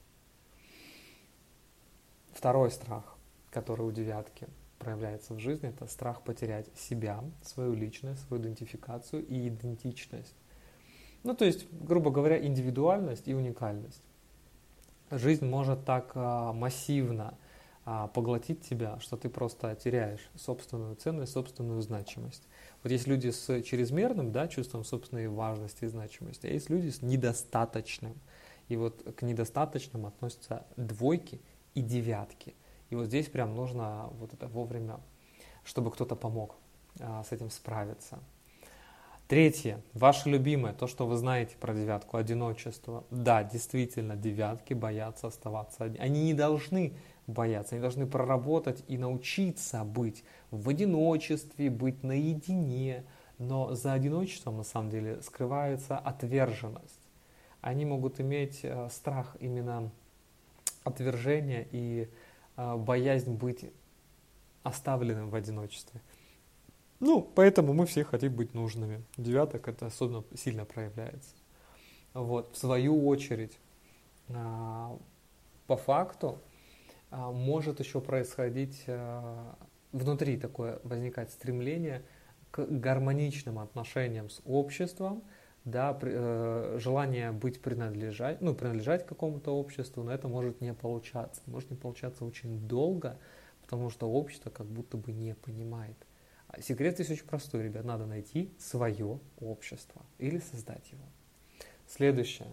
Второй страх, который у девятки проявляется в жизни, это страх потерять себя, свою личность, свою идентификацию и идентичность. Ну, то есть, грубо говоря, индивидуальность и уникальность. Жизнь может так а, массивно а, поглотить тебя, что ты просто теряешь собственную ценность, собственную значимость. Вот есть люди с чрезмерным, да, чувством собственной важности и значимости, а есть люди с недостаточным. И вот к недостаточным относятся двойки и девятки. И вот здесь прям нужно вот это вовремя, чтобы кто-то помог а, с этим справиться. Третье, ваше любимое, то, что вы знаете про девятку, одиночество. Да, действительно, девятки боятся оставаться одни. Они не должны бояться, они должны проработать и научиться быть в одиночестве, быть наедине. Но за одиночеством, на самом деле, скрывается отверженность. Они могут иметь э, страх именно отвержения и э, боязнь быть оставленным в одиночестве. Ну, поэтому мы все хотим быть нужными. Девяток это особенно сильно проявляется. Вот, в свою очередь, по факту, может еще происходить внутри такое возникать стремление к гармоничным отношениям с обществом, да, желание быть принадлежать, ну, принадлежать какому-то обществу, но это может не получаться. Может не получаться очень долго, потому что общество как будто бы не понимает. Секрет здесь очень простой, ребят. Надо найти свое общество или создать его. Следующее.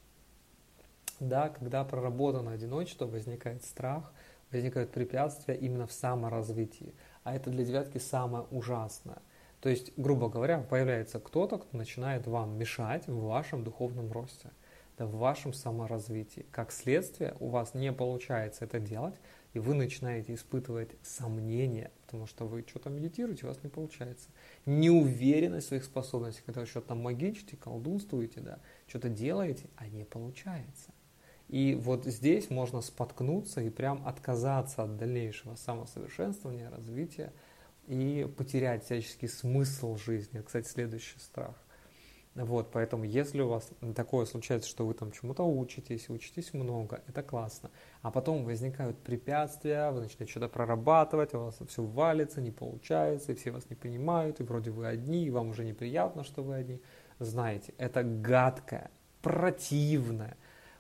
Да, когда проработано одиночество, возникает страх, возникают препятствия именно в саморазвитии. А это для девятки самое ужасное. То есть, грубо говоря, появляется кто-то, кто начинает вам мешать в вашем духовном росте, да, в вашем саморазвитии. Как следствие, у вас не получается это делать, и вы начинаете испытывать сомнения, потому что вы что-то медитируете, у вас не получается. Неуверенность в своих способностях, когда вы что-то там магичите, колдунствуете, да, что-то делаете, а не получается. И вот здесь можно споткнуться и прям отказаться от дальнейшего самосовершенствования, развития и потерять всяческий смысл жизни. Это, кстати, следующий страх. Вот, поэтому если у вас такое случается, что вы там чему-то учитесь, учитесь много, это классно. А потом возникают препятствия, вы начинаете что-то прорабатывать, у вас все валится, не получается, и все вас не понимают, и вроде вы одни, и вам уже неприятно, что вы одни. Знаете, это гадкое, противное,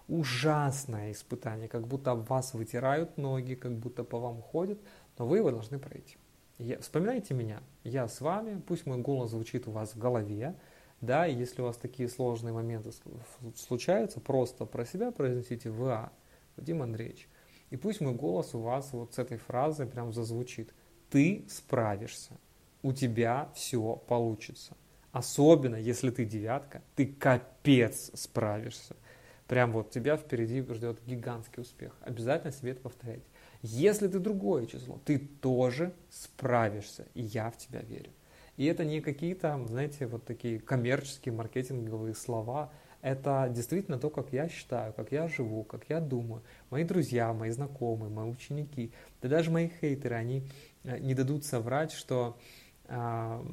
ужасное испытание, как будто об вас вытирают ноги, как будто по вам ходят, но вы его должны пройти. Я, вспоминайте меня, я с вами, пусть мой голос звучит у вас в голове, да, и если у вас такие сложные моменты случаются, просто про себя произнесите «Вы-а», Вадим Андреевич, и пусть мой голос у вас вот с этой фразой прям зазвучит. Ты справишься, у тебя все получится. Особенно, если ты девятка, ты капец справишься. Прям вот тебя впереди ждет гигантский успех. Обязательно себе это повторяйте. Если ты другое число, ты тоже справишься, и я в тебя верю. И это не какие-то, знаете, вот такие коммерческие, маркетинговые слова. Это действительно то, как я считаю, как я живу, как я думаю. Мои друзья, мои знакомые, мои ученики, да даже мои хейтеры, они не дадут соврать, что а,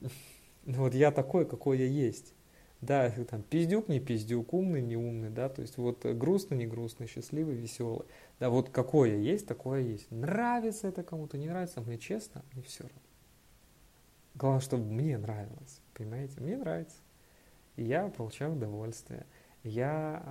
вот я такой, какой я есть. Да, там пиздюк, не пиздюк, умный, не умный, да, то есть вот грустный, не грустный, счастливый, веселый. Да, вот какое я есть, такое есть. Нравится это кому-то, не нравится, мне честно, мне все равно. Главное, чтобы мне нравилось, понимаете? Мне нравится. И я получаю удовольствие. Я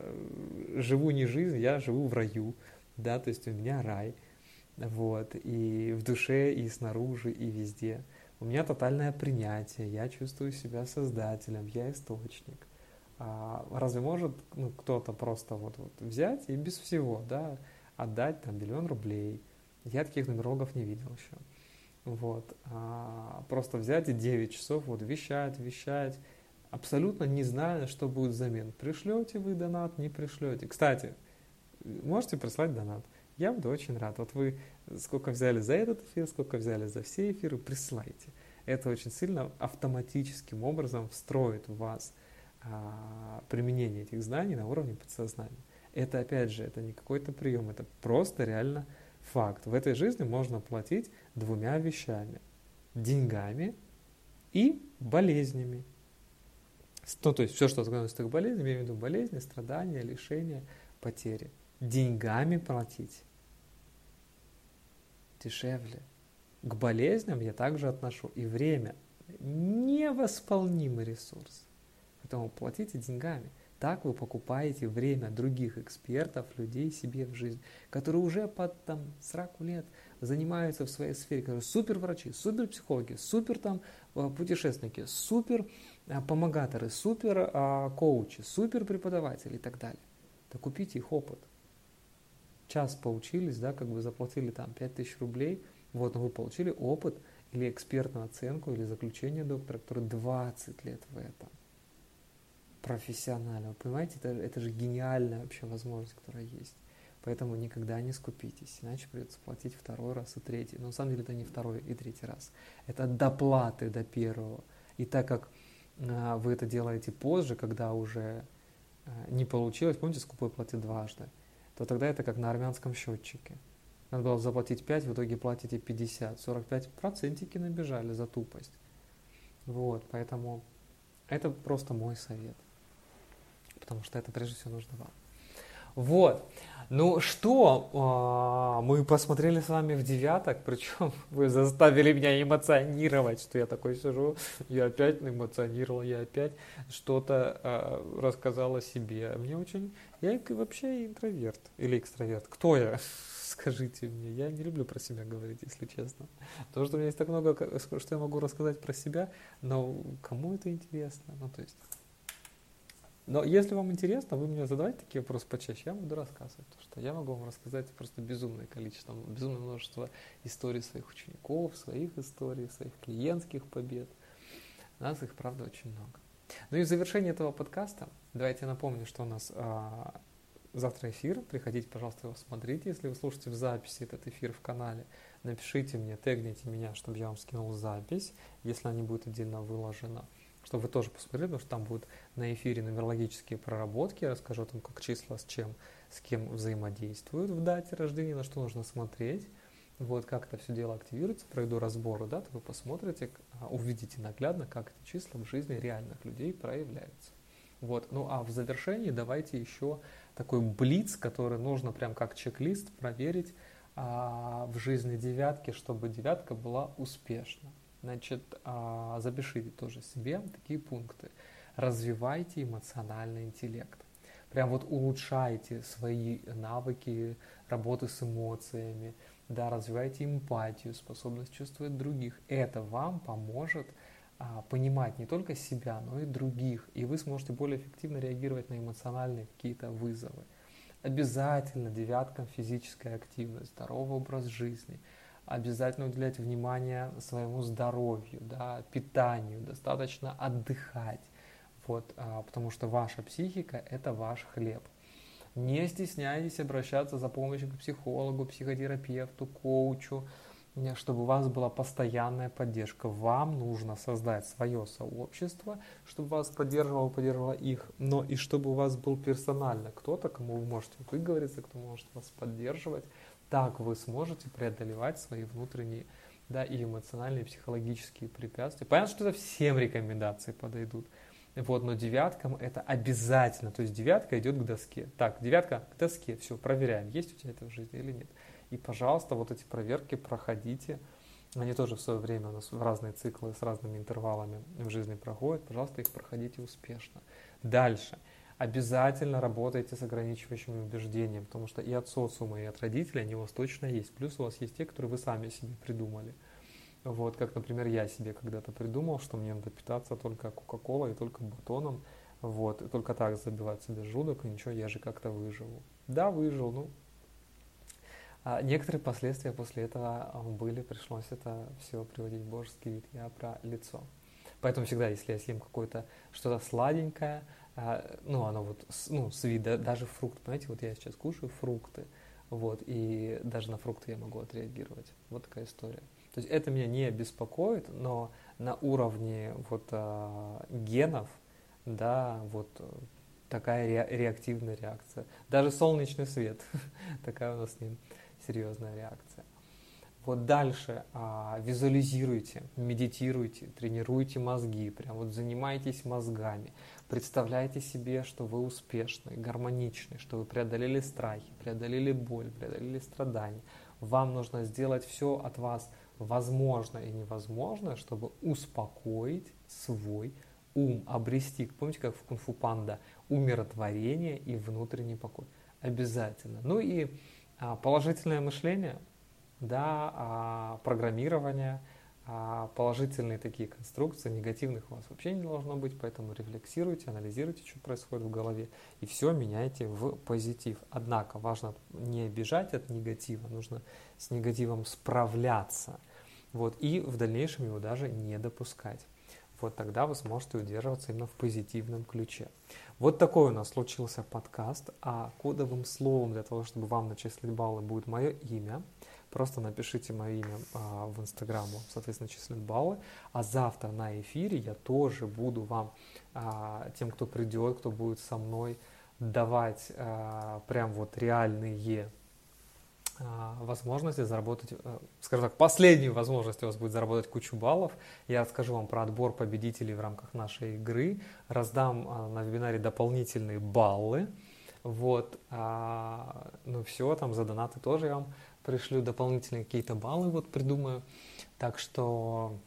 э, живу не жизнь, я живу в раю, да, то есть у меня рай, вот, и в душе, и снаружи, и везде. У меня тотальное принятие, я чувствую себя создателем, я источник. А разве может ну, кто-то просто вот, вот взять и без всего, да, отдать там миллион рублей? Я таких нумерологов не видел еще. Вот, а просто взять и девять часов вот вещать, вещать, абсолютно не зная, что будет взамен. Пришлете вы донат, не пришлете. Кстати, можете прислать донат. Я буду очень рад. Вот вы сколько взяли за этот эфир, сколько взяли за все эфиры, присылайте. Это очень сильно автоматическим образом встроит в вас а, применение этих знаний на уровне подсознания. Это, опять же, это не какой-то прием, это просто реально факт. В этой жизни можно платить двумя вещами. Деньгами и болезнями. Ну, то есть все, что относится к болезни, я имею в виду болезни, страдания, лишения, потери. Деньгами платить дешевле. К болезням я также отношу и время. Невосполнимый ресурс. Поэтому платите деньгами. Так вы покупаете время других экспертов, людей себе в жизнь, которые уже под там, сорок лет занимаются в своей сфере, которые супер врачи, супер психологи, супер там путешественники, супер помогаторы, супер коучи, супер преподаватели и так далее. Да купите их опыт. Час поучились, да, как бы заплатили там пять тысяч рублей, вот, но вы получили опыт или экспертную оценку, или заключение доктора, который двадцать лет в этом. Профессионально. Вы понимаете, это, это же гениальная вообще возможность, которая есть. Поэтому никогда не скупитесь, иначе придется платить второй раз и третий. Но на самом деле это не второй и третий раз. Это доплаты до первого. И так как а, вы это делаете позже, когда уже а, не получилось, помните, скупой платит дважды, то тогда это как на армянском счетчике. Надо было заплатить пять, в итоге платите пятьдесят. сорок пять процентики набежали за тупость. Вот, поэтому это просто мой совет. Потому что это прежде всего нужно вам. Вот. Ну что, мы посмотрели с вами в девяток, причем вы заставили меня эмоционировать, что я такой сижу, я опять эмоционировал, я опять что-то рассказал о себе. Мне очень... Я вообще интроверт или экстраверт. Кто я? Скажите мне. Я не люблю про себя говорить, если честно. Потому что у меня есть так много, что я могу рассказать про себя, но кому это интересно? Ну, то есть... Но если вам интересно, вы мне задавайте такие вопросы почаще, я буду рассказывать. Потому что я могу вам рассказать просто безумное количество, безумное множество историй своих учеников, своих историй, своих клиентских побед. У нас их, правда, очень много. Ну и в завершении этого подкаста давайте я напомню, что у нас а, завтра эфир. Приходите, пожалуйста, его смотрите. Если вы слушаете в записи этот эфир в канале, напишите мне, тегните меня, чтобы я вам скинул запись, если она не будет отдельно выложена, чтобы вы тоже посмотрели, потому что там будут на эфире нумерологические проработки. Я расскажу о том, как числа с чем, с кем взаимодействуют в дате рождения, на что нужно смотреть, вот, как это все дело активируется, проведу разбор дат, вы посмотрите, увидите наглядно, как эти числа в жизни реальных людей проявляются. Вот. Ну а в завершении давайте еще такой блиц, который нужно прям как чек-лист проверить а, в жизни девятки, чтобы девятка была успешна. Значит, запишите тоже себе такие пункты. Развивайте эмоциональный интеллект. Прям вот улучшайте свои навыки работы с эмоциями. Да, развивайте эмпатию, способность чувствовать других. Это вам поможет а, понимать не только себя, но и других. И вы сможете более эффективно реагировать на эмоциональные какие-то вызовы. Обязательно девяткам физическая активность, здоровый образ жизни. Обязательно уделять внимание своему здоровью, да, питанию, достаточно отдыхать, вот, а, потому что ваша психика – это ваш хлеб. Не стесняйтесь обращаться за помощью к психологу, психотерапевту, коучу, чтобы у вас была постоянная поддержка. Вам нужно создать свое сообщество, чтобы вас поддерживало, поддерживало их, но и чтобы у вас был персонально кто-то, кому вы можете выговориться, кто может вас поддерживать. Так вы сможете преодолевать свои внутренние, да, и эмоциональные, и психологические препятствия. Понятно, что это всем рекомендации подойдут. Вот, но девяткам это обязательно. То есть девятка идет к доске. Так, девятка к доске. Все, проверяем, есть у тебя это в жизни или нет. И, пожалуйста, вот эти проверки проходите. Они тоже в свое время у нас в разные циклы с разными интервалами в жизни проходят. Пожалуйста, их проходите успешно. Дальше. Обязательно работайте с ограничивающими убеждениями, потому что и от социума, и от родителей они у вас точно есть. Плюс у вас есть те, которые вы сами себе придумали. Вот, как, например, я себе когда-то придумал, что мне надо питаться только кока-колой и только батоном. Вот, и только так забивать себе желудок, и ничего, я же как-то выживу. Да, выжил, ну. А некоторые последствия после этого были, пришлось это все приводить в божеский вид. Я про лицо. Поэтому всегда, если я съем какое-то что-то сладенькое, ну, оно вот, ну, с вида, даже фрукт, понимаете, вот я сейчас кушаю фрукты, вот, и даже на фрукты я могу отреагировать. Вот такая история. То есть это меня не беспокоит, но на уровне вот генов, да, вот такая ре- реактивная реакция. Даже солнечный свет, такая у нас с ним серьезная реакция. Вот дальше а, визуализируйте, медитируйте, тренируйте мозги, прям вот занимайтесь мозгами. Представляйте себе, что вы успешны, гармоничны, что вы преодолели страхи, преодолели боль, преодолели страдания. Вам нужно сделать все от вас возможное и невозможное, чтобы успокоить свой ум, обрести, помните, как в кунг-фу панда, умиротворение и внутренний покой. Обязательно. Ну и а, положительное мышление, да, а, программирование, а, положительные такие конструкции, негативных у вас вообще не должно быть, поэтому рефлексируйте, анализируйте, что происходит в голове, и все меняйте в позитив. Однако важно не бежать от негатива, нужно с негативом справляться, вот, и в дальнейшем его даже не допускать. Вот тогда вы сможете удерживаться именно в позитивном ключе. Вот такой у нас случился подкаст, а кодовым словом для того, чтобы вам начислить баллы, будет мое имя. Просто напишите мое имя а, в Инстаграм, соответственно, числят баллы. А завтра на эфире я тоже буду вам, а, тем, кто придет, кто будет со мной, давать а, прям вот реальные а, возможности заработать, а, скажем так, последнюю возможность у вас будет заработать кучу баллов. Я расскажу вам про отбор победителей в рамках нашей игры, раздам а, на вебинаре дополнительные баллы. Вот, а, ну все, там за донаты тоже я вам пришлю дополнительные какие-то баллы, вот придумаю. Так что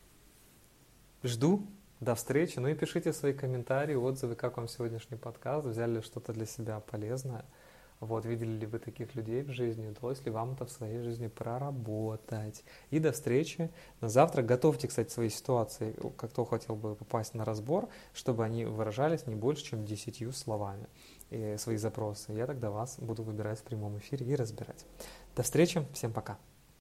жду, до встречи. Ну и пишите свои комментарии, отзывы, как вам сегодняшний подкаст, взяли ли что-то для себя полезное. Вот, видели ли вы таких людей в жизни, удалось ли вам это в своей жизни проработать. И до встречи на завтра. Готовьте, кстати, свои ситуации, кто хотел бы попасть на разбор, чтобы они выражались не больше, чем десятью словами. И свои запросы. Я тогда вас буду выбирать в прямом эфире и разбирать. До встречи, всем пока.